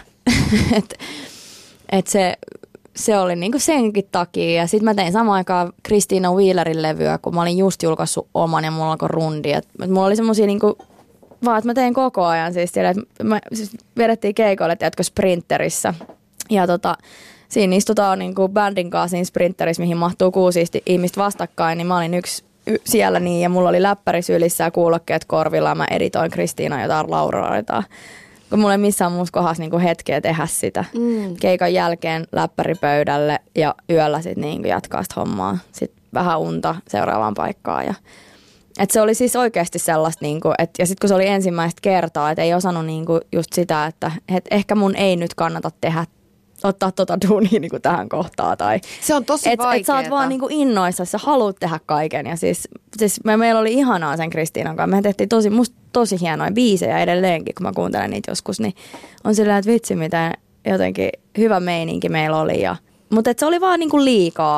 Se oli niinku senkin takia. Ja sitten mä tein samaan aikaan Christina Wheelerin levyä, kun mä olin just julkaissut oman ja mulla alkoi rundi. Et mulla oli semmosia niinku, vaan että mä tein koko ajan siis siellä, että me siis vedettiin keikoille, tiedätkö, Sprinterissä. Ja siinä istutaan niinku bändin kanssa siinä Sprinterissä, mihin mahtuu 6 ihmistä vastakkain, niin mä olin yksi siellä niin, ja mulla oli läppäri sylissä ja kuulokkeet korvilla, ja mä editoin Kristiina jotain Lauraita. Kun mulla ei missään muussa kohdassa niinku hetkeä tehdä sitä. Keikan jälkeen läppäri pöydälle ja yöllä sitten niinku jatkaa sitä hommaa. Sitten vähän unta seuraavaan paikkaan. Et se oli siis oikeasti sellaista, niinku, ja sitten kun se oli ensimmäistä kertaa, että ei osannut niinku just sitä, että ehkä mun ei nyt kannata ottaa duunia niinku tähän kohtaan. Tai, se on tosi vaikeaa. Et sä oot vaan niinku innoissa, sä haluat tehdä kaiken. Ja siis meillä oli ihanaa sen Kristiinan kanssa. Me tehtiin tosi hienoja biisejä edelleenkin, kun mä kuuntelen niitä joskus. Niin on silleen, että vitsi, miten jotenkin hyvä meininki meillä oli. Mutta se oli vaan niinku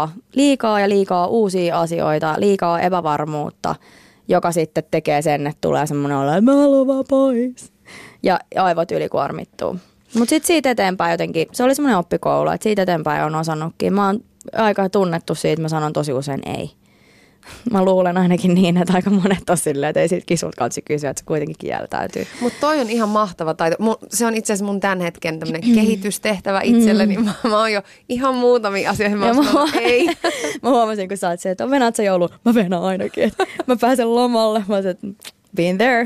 liikaa uusia asioita, liikaa epävarmuutta, joka sitten tekee sen, että tulee semmoinen olo, että mä haluan vaan pois. Ja aivot ylikuormittuu. Mutta sitten siitä eteenpäin jotenkin, se oli semmoinen oppikoulu, että siitä eteenpäin on osannutkin. Mä oon aika tunnettu siitä, että mä sanon tosi usein ei. Mä luulen ainakin niin, että aika monet on silleen, että ei siitä kisulta kansi kysyä, että se kuitenkin kieltäytyy. Mutta toi on ihan mahtava taito. Se on itse asiassa mun tämän hetken tämmöinen kehitystehtävä itselleni. Mä oon jo ihan muutamia asioita, ei. Mä huomasin, kun sä oot se, että venaat sä jouluun. Mä venaan ainakin, että mä pääsen lomalle. Mä oon että been there.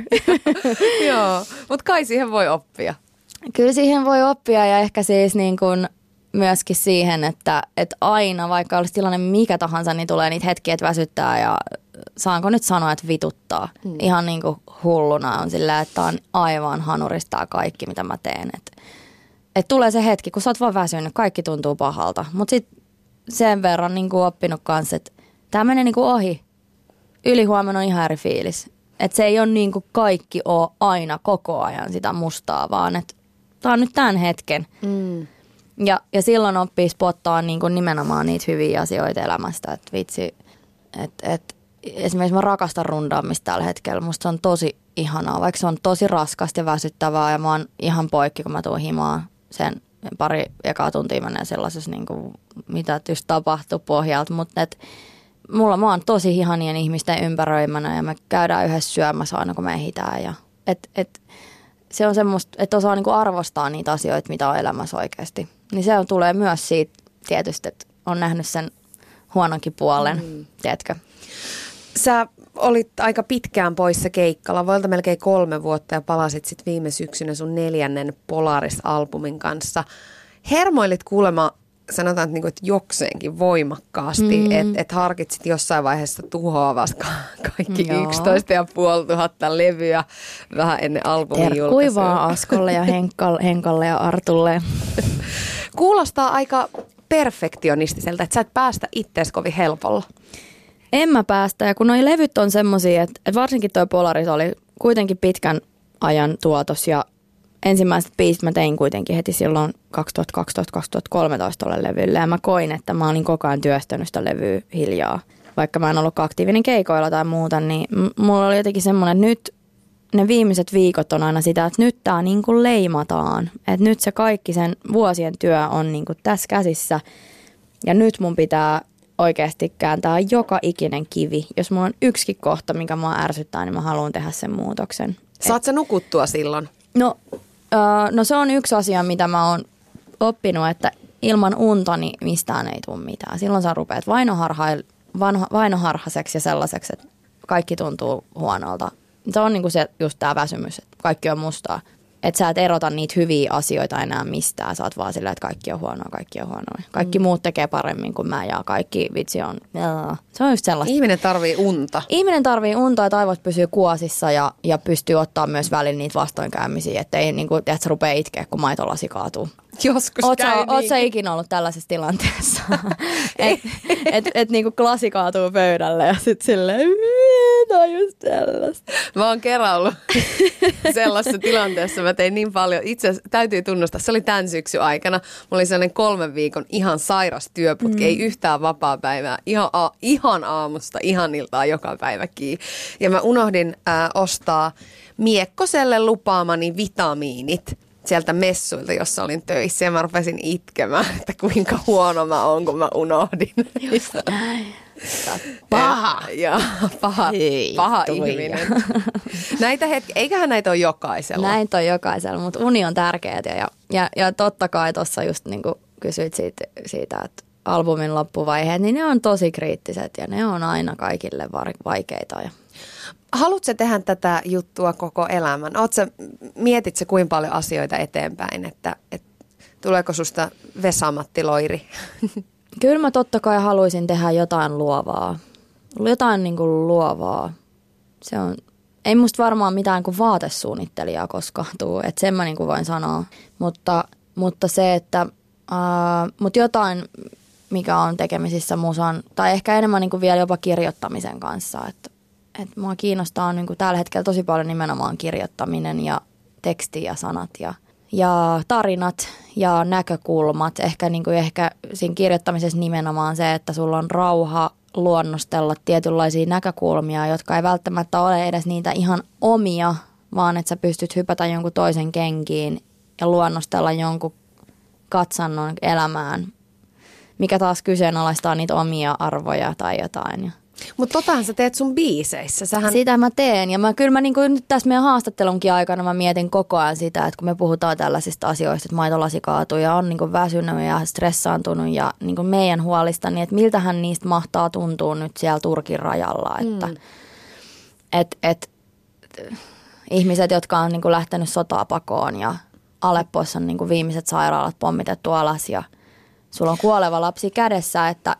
Joo, mutta kai siihen voi oppia. Kyllä siihen voi oppia ja ehkä siis niin kuin myöskin siihen, että aina vaikka olisi tilanne mikä tahansa, niin tulee niitä hetkiä, että väsyttää ja saanko nyt sanoa, että vituttaa. Ihan niin kuin hulluna on sillä, että on aivan hanuristaa kaikki, mitä mä teen. Että tulee se hetki, kun sä oot vaan väsynyt, kaikki tuntuu pahalta. Mutta sitten sen verran niin kuin oppinut kanssa, että tämä menee niin kuin ohi. Ylihuomenna on ihan eri fiilis. Että se ei ole niin kuin kaikki ole aina koko ajan sitä mustaa, vaan että tämä on nyt tämän hetken. Ja silloin oppii spottaa niin kuin nimenomaan niitä hyviä asioita elämästä. Että vitsi, että esimerkiksi mä rakastan rundaamista tällä hetkellä. Musta se on tosi ihanaa, vaikka se on tosi raskasta ja väsyttävää. Ja mä oon ihan poikki, kun mä tuun himaan sen pari ekaa tuntia menee sellaisessa, niin kuin, mitä just tapahtuu pohjalta. Mutta mä oon tosi ihanien ihmisten ympäröimänä ja me käydään yhdessä syömässä aina, kun me ehditään. Ja se on semmoista, että osaa niinku arvostaa niitä asioita, mitä on elämässä oikeasti. Niin se tulee myös siitä tietysti, että on nähnyt sen huononkin puolen, tiedätkö? Sä olit aika pitkään poissa keikkalavolta, melkein 3 vuotta ja palasit sitten viime syksynä sun 4. Polaris-albumin kanssa. Hermoilit kuulemma, sanotaan, että jokseenkin voimakkaasti, että harkitsit jossain vaiheessa tuhoavasti kaikki 11 500 levyä vähän ennen albumin julkaisua. Terkkui vaan Askolle ja Henkalle ja Artulle. Kuulostaa aika perfektionistiselta, että sä et päästä ittees kovin helpolla. En mä päästä, ja kun noi levyt on semmosia, että varsinkin toi Polaris oli kuitenkin pitkän ajan tuotos, ja ensimmäiset biisit mä tein kuitenkin heti silloin 2012-2013 tolle levylle, ja mä koin, että mä olin koko ajan työstänyt sitä levyä hiljaa. Vaikka mä en ollut aktiivinen keikoilla tai muuta, niin mulla oli jotenkin semmoinen, että nyt ne viimeiset viikot on aina sitä, että nyt tää niin kuin leimataan. Että nyt se kaikki sen vuosien työ on niin kuin tässä käsissä, ja nyt mun pitää oikeasti kääntää joka ikinen kivi. Jos mulla on yksikin kohta, mikä mua ärsyttää, niin mä haluan tehdä sen muutoksen. Saat sä nukuttua silloin? No se on yksi asia, mitä mä oon oppinut, että ilman unta niin mistään ei tule mitään. Silloin sä rupeat vainoharhaiseksi ja sellaiseksi, että kaikki tuntuu huonolta. Se on niinku se just tää väsymys, että kaikki on mustaa. Että sä et erota niitä hyviä asioita enää mistään. Sä oot vaan silleen, että kaikki on huonoa, kaikki on huonoa. Kaikki muut tekee paremmin kuin mä ja kaikki vitsi on. Se on just sellaista. Ihminen tarvii unta. Ihminen tarvii unta, että aivot pysyy kuosissa ja pystyy ottaa myös välillä niitä vastoinkäymisiä. Että ei niinku, että sä rupee itkeä, kun maitolasi kaatuu. Joskus käy niin. Oot sä ikinä ollut tällaisessa tilanteessa? että niinku lasi kaatuu pöydälle ja sit silleen, tää on just sellaista. sellaista. Mä oon kerran ollut sellaisessa tilanteessa. Mä tein niin paljon. Itse asiassa täytyy tunnustaa, se oli tämän syksyn aikana. Mulla oli sellainen 3 viikon ihan sairas työputki. Ei yhtään vapaapäivää. Ihan aamusta, ihan iltaa joka päivä kiinni. Ja mä unohdin ostaa Miekkoselle lupaamani vitamiinit sieltä messuilta, jossa olin töissä. Ja mä rupesin itkemään, että kuinka huono mä oon, kun mä unohdin. Just näin. Paha. Ja paha ihminen. Näitä eiköhän näitä ole jokaisella. Näitä on jokaisella, mutta uni on tärkeää. Ja totta kai tuossa just niin kuin kysyit siitä, että albumin loppuvaiheet, niin ne on tosi kriittiset ja ne on aina kaikille vaikeita. Haluatko tehdä tätä juttua koko elämän? Mietit sä kuinka paljon asioita eteenpäin, että tuleeko susta Vesa-Matti Loiri? Kyllä mä totta kai haluaisin tehdä jotain luovaa. Jotain niin kuin luovaa. Se on, ei musta varmaan mitään kuin vaatesuunnittelijaa koskaan tuu, että sen mä niin kuin voin sanoa. Mutta se, että mutta jotain, mikä on tekemisissä musan, tai ehkä enemmän niin kuin vielä jopa kirjoittamisen kanssa. Että mua kiinnostaa niin kuin tällä hetkellä tosi paljon nimenomaan kirjoittaminen ja teksti ja sanat ja tarinat ja näkökulmat. Ehkä siinä kirjoittamisessa nimenomaan se, että sulla on rauha luonnostella tietynlaisia näkökulmia, jotka ei välttämättä ole edes niitä ihan omia, vaan että sä pystyt hypätä jonkun toisen kenkiin ja luonnostella jonkun katsannon elämään, mikä taas kyseenalaistaa niitä omia arvoja tai jotain. Mutta totahan sä teet sun biiseissä. Sitä mä teen ja kyllä mä niinku nyt tässä meidän haastattelunkin aikana mä mietin koko ajan sitä, että kun me puhutaan tällaisista asioista, että maitolasi kaatuu ja on niinku väsynyt ja stressaantunut ja niinku meidän huolista, niin että miltähän niistä mahtaa tuntua nyt siellä Turkin rajalla. Että ihmiset, jotka on niinku lähtenyt sotaa pakoon ja Aleppoissa on niinku viimeiset sairaalat pommitettu alas ja sulla on kuoleva lapsi kädessä, että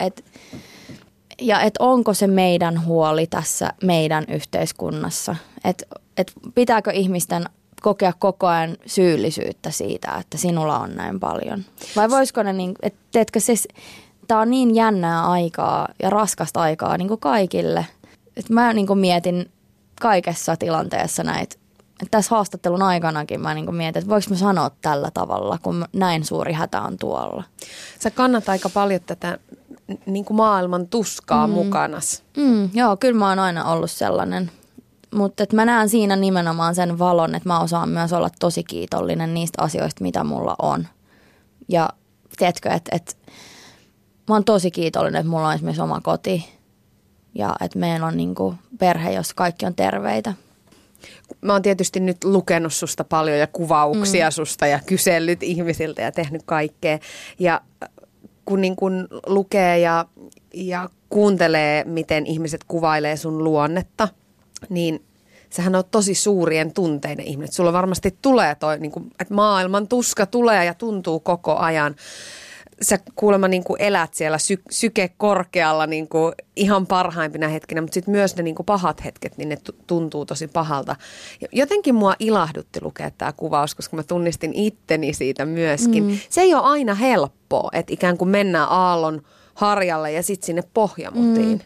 onko se meidän huoli tässä meidän yhteiskunnassa, että pitääkö ihmisten kokea koko ajan syyllisyyttä siitä, että sinulla on näin paljon. Vai voisiko ne, että teetkö siis, tämä on niin jännää aikaa ja raskasta aikaa niin kuin kaikille. Että mä niin kuin mietin kaikessa tilanteessa näitä, että tässä haastattelun aikanakin mä niin kuin mietin, että voiko mä sanoa tällä tavalla, kun näin suuri hätä on tuolla. Sä kannat aika paljon tätä niin kuin maailman tuskaa mukanas. Joo, kyllä mä oon aina ollut sellainen. Mutta mä näen siinä nimenomaan sen valon, että mä osaan myös olla tosi kiitollinen niistä asioista, mitä mulla on. Ja tiedätkö, että mä oon tosi kiitollinen, että mulla on esimerkiksi oma koti. Ja että meillä on niinku perhe, jossa kaikki on terveitä. Mä oon tietysti nyt lukenut susta paljon ja kuvauksia susta ja kysellyt ihmisiltä ja tehnyt kaikkea. Ja kun niin kun lukee ja kuuntelee, miten ihmiset kuvailee sun luonnetta, niin sähän on tosi suurien tunteiden ihminen. Sulla varmasti tulee toi, niin kun, että maailman tuska tulee ja tuntuu koko ajan. Sä kuulemma niin kuin elät siellä syke korkealla niin kuin ihan parhaimpina hetkinä, mutta sitten myös ne niin kuin pahat hetket, niin ne tuntuu tosi pahalta. Jotenkin mua ilahdutti lukea tämä kuvaus, koska mä tunnistin itteni siitä myöskin. Se ei ole aina helppoa, että ikään kuin mennään aallon harjalle ja sitten sinne Pohjamutiin.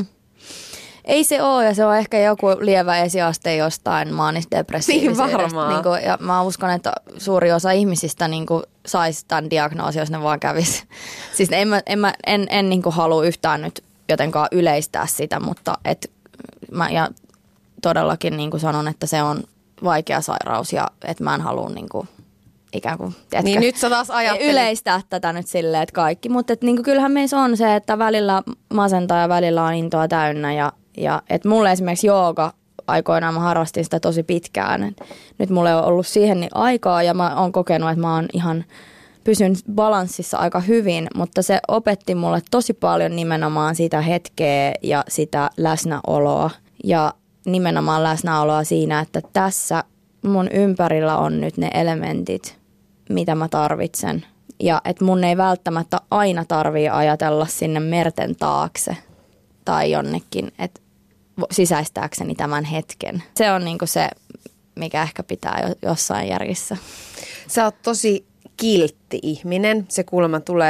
Ei se ole, ja se on ehkä joku lievä esiaste jostain maanisdepressiivisesta. Niin varmaan. Niin kuin, ja mä uskon, että suuri osa ihmisistä niin kuin saisi tämän diagnoosin, jos ne vaan kävisi. Siis en niin kuin halua yhtään nyt jotenkaan yleistää sitä, mutta mä todellakin niin kuin sanon, että se on vaikea sairaus ja että mä en halua niin kuin ikään kuin, tiedätkö, niin nyt sä taas ajattelit yleistää tätä nyt silleen, että kaikki. Mutta niin kyllähän meissä on se, että välillä masentaa ja välillä on intoa täynnä ja että mulle esimerkiksi jooga aikoinaan mä harrastin sitä tosi pitkään. Nyt mulla ei ole ollut siihen aikaa ja mä oon kokenut, että mä oon ihan pysyn balanssissa aika hyvin, mutta se opetti mulle tosi paljon nimenomaan sitä hetkeä ja sitä läsnäoloa ja nimenomaan läsnäoloa siinä, että tässä mun ympärillä on nyt ne elementit, mitä mä tarvitsen ja että mun ei välttämättä aina tarvii ajatella sinne merten taakse tai jonnekin, että sisäistääkseni tämän hetken. Se on niinku se, mikä ehkä pitää jossain järjissä. Sä oot tosi kiltti ihminen. Se kuulemma tulee sun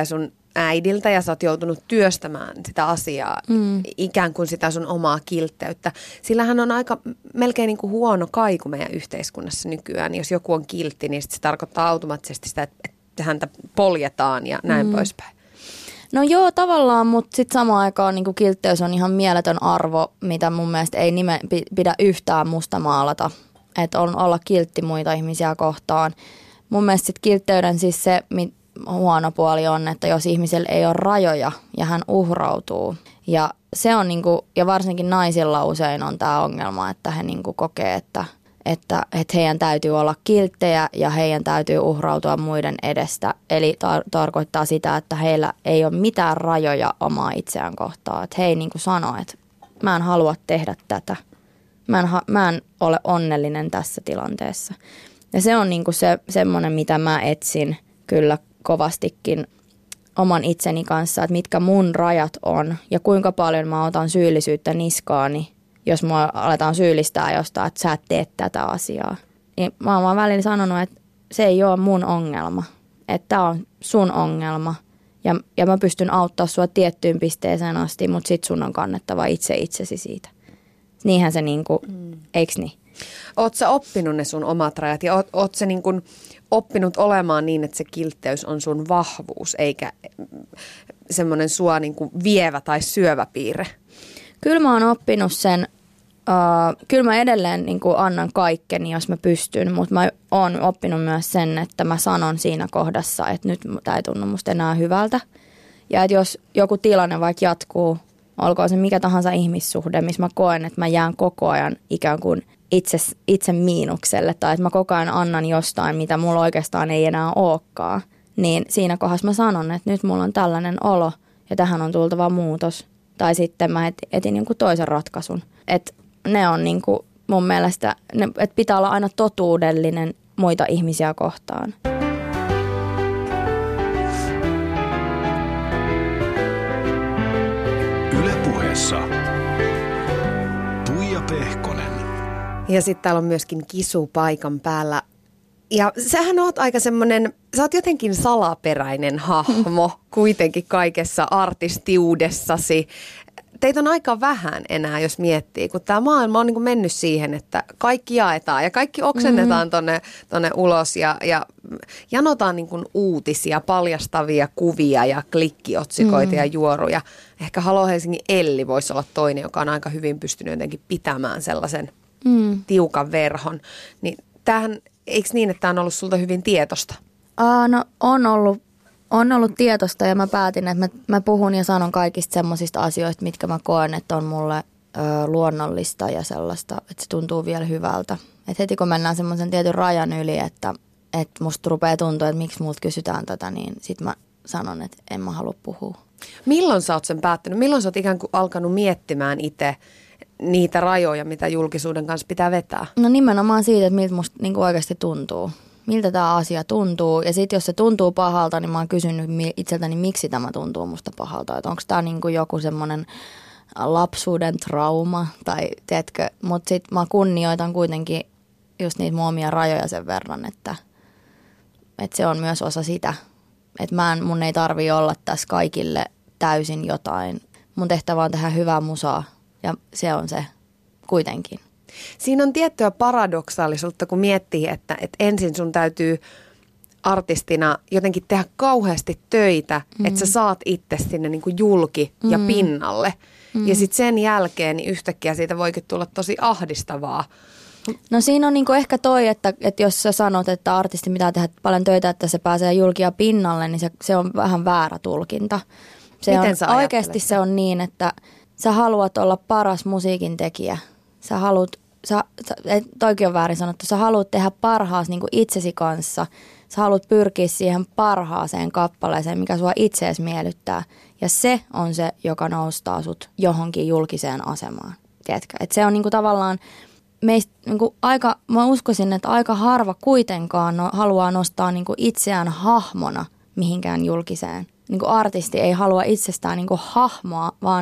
äidiltä ja sä oot joutunut työstämään sitä asiaa, ikään kuin sitä sun omaa kiltteyttä. Sillähän on aika melkein niin kuin huono kaiku meidän yhteiskunnassa nykyään. Jos joku on kiltti, niin se tarkoittaa automaattisesti sitä, että häntä poljetaan ja näin poispäin. No joo, tavallaan, mutta sitten samaan aikaan niin kiltteys on ihan mieletön arvo, mitä mun mielestä ei pidä yhtään mustamaalata. Että on olla kiltti muita ihmisiä kohtaan. Mun mielestä sit kiltteyden siis se huono puoli on, että jos ihmisellä ei ole rajoja ja hän uhrautuu. Ja se on niinku, ja varsinkin naisilla usein on tämä ongelma, että he niinku kokee, että heidän täytyy olla kilttejä ja heidän täytyy uhrautua muiden edestä. Eli tarkoittaa sitä, että heillä ei ole mitään rajoja omaa itseään kohtaan. Että he ei niinku sano, että mä en halua tehdä tätä. Mä en ole onnellinen tässä tilanteessa. Ja se on niinku semmoinen, mitä mä etsin kyllä kovastikin oman itseni kanssa, että mitkä mun rajat on ja kuinka paljon mä otan syyllisyyttä niskaani, jos mua aletaan syyllistää jostain, että sä et tee tätä asiaa. Niin mä oon vaan välillä sanonut, että se ei ole mun ongelma, että tää on sun ongelma ja mä pystyn auttaa sua tiettyyn pisteeseen asti, mutta sit sun on kannettava itse itsesi siitä. Niinhän se niinku, eiks niin? Oot sä oppinut ne sun omat rajat ja oot sä niin kuin oppinut olemaan niin, että se kiltteys on sun vahvuus eikä semmoinen sua niin kuin vievä tai syövä piirre? Kyllä mä oon oppinut sen. Kyllä mä edelleen niin kuin annan kaikkeni, jos mä pystyn, mutta mä oon oppinut myös sen, että mä sanon siinä kohdassa, että nyt tää ei tunnu musta enää hyvältä. Ja että jos joku tilanne vaikka jatkuu, olkoon se mikä tahansa ihmissuhde, missä mä koen, että mä jään koko ajan ikään kuin itse miinukselle tai että mä koko ajan annan jostain, mitä mulla oikeastaan ei enää olekaan, niin siinä kohdassa mä sanon, että nyt mulla on tällainen olo ja tähän on tultava muutos. Tai sitten mä etin jonkun toisen ratkaisun. Että ne on niinku mun mielestä, että pitää olla aina totuudellinen muita ihmisiä kohtaan. Yle Puheessa Tuija Pehkonen. Ja sitten täällä on myöskin Kisu paikan päällä. Ja sähän oot aika semmoinen, sä oot jotenkin salaperäinen hahmo kuitenkin kaikessa artistiudessasi. Teitä on aika vähän enää, jos miettii, kun tämä maailma on niin kuin mennyt siihen, että kaikki jaetaan ja kaikki oksennetaan tonne ulos ja janotaan niin kuin uutisia, paljastavia kuvia ja klikkiotsikoita ja juoruja. Ehkä Halo Helsingin Elli voisi olla toinen, joka on aika hyvin pystynyt jotenkin pitämään sellaisen tiukan verhon. Niin tämähän, eikö niin, että tämä on ollut sulta hyvin tietosta? No on ollut tietosta ja mä päätin, että mä puhun ja sanon kaikista semmoisista asioista, mitkä mä koen, että on mulle luonnollista ja sellaista, että se tuntuu vielä hyvältä. Et heti kun mennään semmoisen tietyn rajan yli, että musta rupeaa tuntua, että miksi multa kysytään tätä, niin sit mä sanon, että en mä halua puhua. Milloin sä oot sen päättänyt? Milloin sä oot ikään kuin alkanut miettimään itse niitä rajoja, mitä julkisuuden kanssa pitää vetää? No nimenomaan siitä, että miltä musta niin oikeasti tuntuu. Miltä tämä asia tuntuu. Ja sitten jos se tuntuu pahalta, niin mä oon kysynyt itseltäni, miksi tämä tuntuu musta pahalta. Että onko tämä niinku joku semmoinen lapsuuden trauma tai tiedätkö. Mutta sitten mä kunnioitan kuitenkin just niitä mun omia rajoja sen verran, että se on myös osa sitä. Että mun ei tarvitse olla tässä kaikille täysin jotain. Mun tehtävä on tehdä hyvää musaa ja se on se kuitenkin. Siinä on tiettyä paradoksaalisuutta, kun miettii, että ensin sun täytyy artistina jotenkin tehdä kauheasti töitä, että sä saat itse sinne niin kuin julki ja pinnalle. Ja sitten sen jälkeen niin yhtäkkiä siitä voikin tulla tosi ahdistavaa. No siinä on niinku ehkä toi, että jos sä sanot, että artisti pitää tehdä paljon töitä, että se pääsee julki ja pinnalle, niin se on vähän väärä tulkinta. Miten sä oikeasti se on niin, että sä haluat olla paras musiikin tekijä. Sä haluat, toikin on väärin sanottu, sä haluat tehdä parhaas niin kuin itsesi kanssa. Sä haluat pyrkiä siihen parhaaseen kappaleeseen, mikä sua itsees miellyttää. Ja se on se, joka nostaa sut johonkin julkiseen asemaan. Tiedätkö? Et se on niin kuin tavallaan, meistä niin kuin mä uskoisin, että aika harva kuitenkaan haluaa nostaa niin kuin itseään hahmona mihinkään julkiseen. Niin kuin artisti ei halua itsestään niin kuin hahmoa, vaan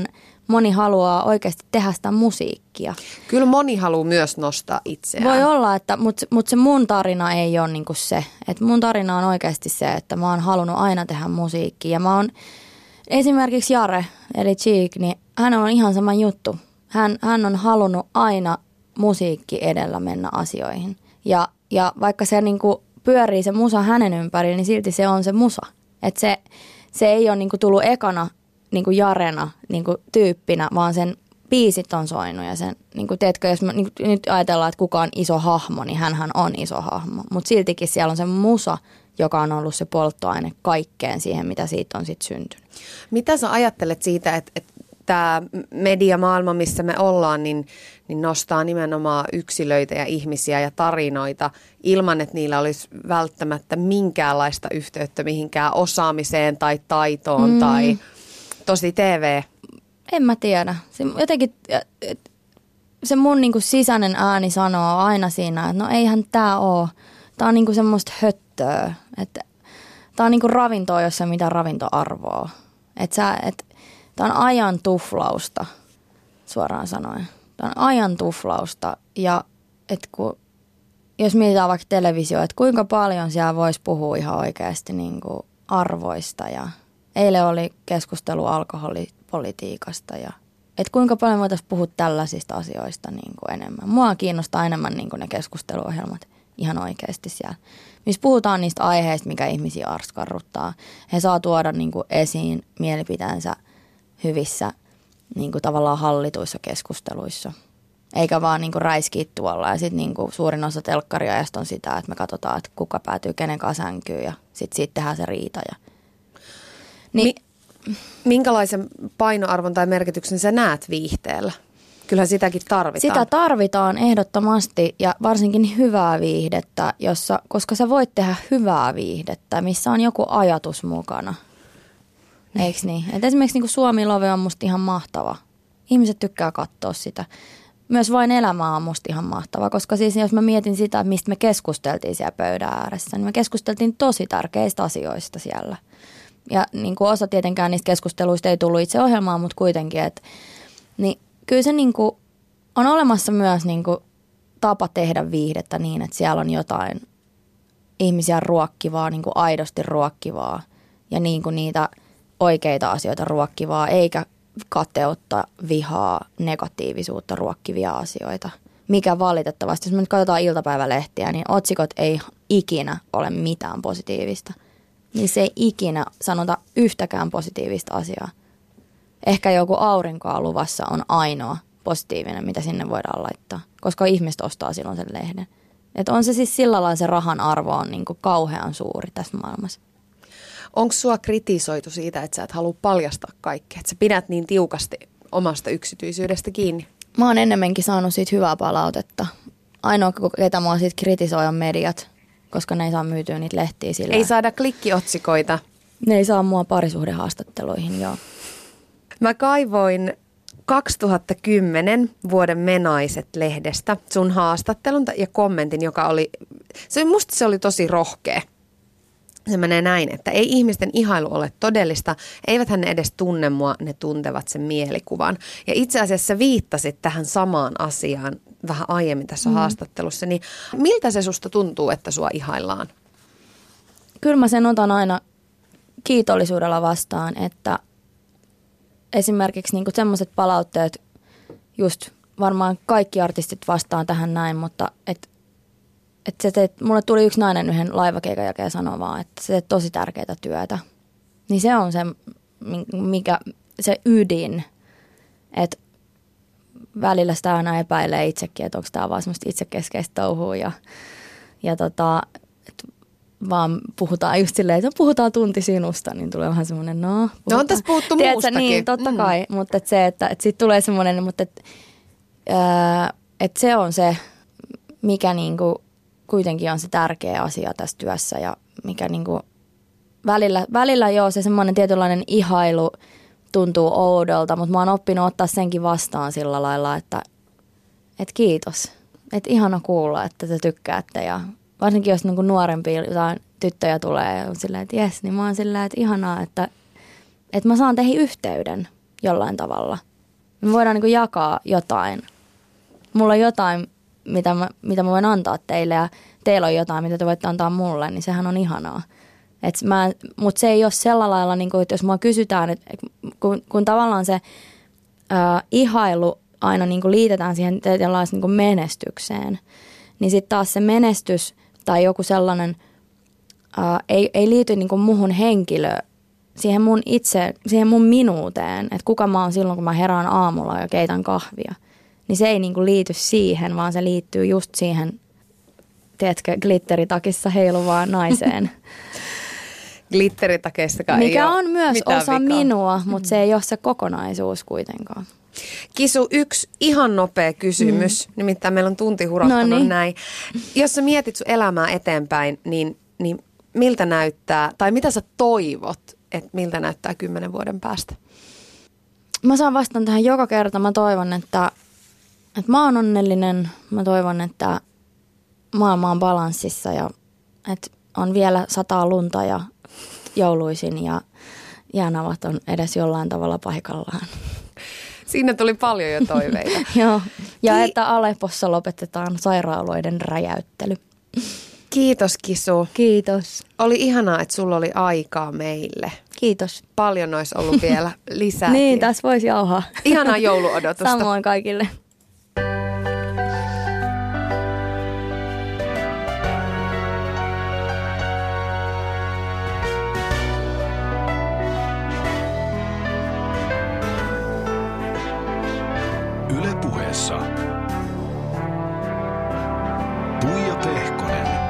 moni haluaa oikeasti tehdä sitä musiikkia. Kyllä moni haluaa myös nostaa itseään. Voi olla, että, mutta se mun tarina ei ole niinku se. Että mun tarina on oikeasti se, että mä oon halunnut aina tehdä musiikkia. Ja mä oon esimerkiksi Jare, eli Cheek, niin hän on ihan sama juttu. Hän on halunnut aina musiikki edellä mennä asioihin. Ja vaikka se niinku pyörii se musa hänen ympärillä, niin silti se on se musa. Että se ei ole niinku tullut ekana niinku Jarena niinku tyyppinä, vaan sen biisit on soinut. Ja sen, niinku, teetkö, jos me niinku, nyt ajatellaan, että kuka on iso hahmo, niin hänhän on iso hahmo. Mutta siltikin siellä on se musa, joka on ollut se polttoaine kaikkeen siihen, mitä siitä on sitten syntynyt. Mitä sä ajattelet siitä, että tämä mediamaailma, missä me ollaan, niin nostaa nimenomaan yksilöitä ja ihmisiä ja tarinoita ilman, että niillä olisi välttämättä minkäänlaista yhteyttä mihinkään osaamiseen tai taitoon tai tosi TV? En mä tiedä. Se, jotenkin se mun niinku sisäinen ääni sanoo aina siinä, että no eihän tää oo. Tää on niinku semmoista höttöä. Että tää on niinku ravintoa, jossa ei mitään ravintoarvoa. Tää on ajan tuflausta, suoraan sanoen. Tää on ajan tuflausta. Ja jos mietitään vaikka televisio, että kuinka paljon siellä voisi puhua ihan oikeasti niinku arvoista. Ja eilen oli keskustelu alkoholipolitiikasta ja että kuinka paljon voitaisiin puhua tällaisista asioista niinku enemmän. Mua kiinnostaa enemmän niinku ne keskusteluohjelmat ihan oikeasti siellä, missä puhutaan niistä aiheista, mikä ihmisiä arskarruttaa. He saa tuoda niinku esiin mielipiteensä hyvissä niinku tavallaan hallituissa keskusteluissa. Eikä vaan niinku räiskiä tuolla. Ja sitten niinku suurin osa telkkariajasta on sitä, että me katsotaan, että kuka päätyy kenen kanssa sänkyyn ja sitten siitä tehdään se riita. Minkälaisen painoarvon tai merkityksen sä näet viihteellä? Kyllähän sitäkin tarvitaan. Sitä tarvitaan ehdottomasti ja varsinkin hyvää viihdettä, koska sä voit tehdä hyvää viihdettä, missä on joku ajatus mukana. Eikö niin? Et esimerkiksi niin Suomi Love on musta ihan mahtava. Ihmiset tykkää katsoa sitä. Myös Vain elämä on musta ihan mahtava, koska siis jos mä mietin sitä, mistä me keskusteltiin siellä pöydän ääressä, niin me keskusteltiin tosi tärkeistä asioista siellä. Ja niin kuin osa tietenkään niistä keskusteluista ei tullut itse ohjelmaan, mutta kuitenkin, niin kyllä se niin kuin on olemassa myös niin kuin tapa tehdä viihdettä niin, että siellä on jotain ihmisiä ruokkivaa, niin kuin aidosti ruokkivaa ja niin kuin niitä oikeita asioita ruokkivaa, eikä kateutta, vihaa, negatiivisuutta ruokkivia asioita. Mikä valitettavasti, jos me nyt katsotaan iltapäivälehtiä, niin otsikot ei ikinä ole mitään positiivista. Niin se ei ikinä sanota yhtäkään positiivista asiaa. Ehkä joku aurinkoa luvassa on ainoa positiivinen, mitä sinne voidaan laittaa, koska ihmiset ostaa silloin sen lehden. Että on se siis sillä lailla se rahan arvo on niin kuin kauhean suuri tässä maailmassa. Onko sua kritisoitu siitä, että sä et halua paljastaa kaikkea? Että sä pidät niin tiukasti omasta yksityisyydestä kiinni? Mä oon enemmänkin saanut siitä hyvää palautetta. Ainoa, ketä mua siitä kritisoi, on mediat, koska ne ei saa myytyä niitä lehtiä sillä. Ei saada klikkiotsikoita. Ne ei saa mua parisuhdehaastatteluihin, joo. Mä kaivoin 2010 vuoden Menaiset-lehdestä sun haastattelun ja kommentin, joka oli, musta se oli tosi rohkea. Se menee näin, että ei ihmisten ihailu ole todellista, eiväthän ne edes tunne mua, ne tuntevat sen mielikuvan. Ja itse asiassa viittasit tähän samaan asiaan vähän aiemmin tässä haastattelussa, niin miltä se susta tuntuu, että sua ihaillaan? Kyllä mä sen otan aina kiitollisuudella vastaan, että esimerkiksi niinku semmoiset palautteet, just varmaan kaikki artistit vastaan tähän näin, mutta mulle tuli yksi nainen yhden laivakeikan jälkeen sanoa vaan, että se teet tosi tärkeää työtä. Niin se on se, mikä se ydin, että välillä sitä aina epäilee itsekin, että onko tämä vaan semmoista itsekeskeistä touhua vaan puhutaan just silleen, että puhutaan tunti sinusta, niin tulee vähän semmoinen, no on tässä puhuttu muustakin. Niin, totta kai, mutta että siitä tulee semmoinen, mutta että se on se, mikä niinku kuitenkin on se tärkeä asia tässä työssä ja mikä niinku välillä joo, se semmoinen tietynlainen ihailu tuntuu oudolta, mutta mä oon oppinut ottaa senkin vastaan sillä lailla, että kiitos, että ihana kuulla, että te tykkäätte ja varsinkin jos niinku nuorempia jotain tyttöjä tulee ja on silleen, että jes, niin mä oon silleen, että ihanaa, että mä saan teihin yhteyden jollain tavalla. Me voidaan niin kuin jakaa jotain. Mulla on jotain, mitä mä voin antaa teille ja teillä on jotain, mitä te voitte antaa mulle, niin sehän on ihanaa. Mutta se ei ole sillä lailla, niin kuin, että jos mua kysytään, että kun tavallaan se ihailu aina niin kuin liitetään siihen tietynlaiseen niin kuin menestykseen, niin sitten taas se menestys tai joku sellainen ei liity niin kuin muhun henkilöön, siihen mun minuuteen, että kuka mä oon silloin, kun mä herään aamulla ja keitän kahvia. Niin se ei niin kuin liity siihen, vaan se liittyy just siihen, tiedätkö, glitteritakissa heiluvaan naiseen. Glitteritakeissakaan mikä on myös osa vikaa. Minua, mutta se ei ole se kokonaisuus kuitenkaan. Kisu, yksi ihan nopea kysymys, nimittäin meillä on tunti hurahtanut Noniin. näin. Jos sä mietit sun elämää eteenpäin, niin miltä näyttää, tai mitä sä toivot, että miltä näyttää 10 vuoden päästä? Mä saan vastaan tähän joka kerta. Mä toivon, että mä oon onnellinen. Mä toivon, että maailma on balanssissa ja että on vielä 100 lunta ja jouluisin ja jäänavat on edes jollain tavalla paikallaan. Siinä tuli paljon jo toiveita. Joo, ja että Aleppossa lopetetaan sairaaloiden räjäyttely. Kiitos Kisu. Kiitos. Oli ihanaa, että sulla oli aikaa meille. Kiitos. Paljon olisi ollut vielä lisää. Niin, tässä voisi jauhaa. Ihanaa jouluodotusta. Samoin kaikille. Yle Puheessa Tuija Pehkonen.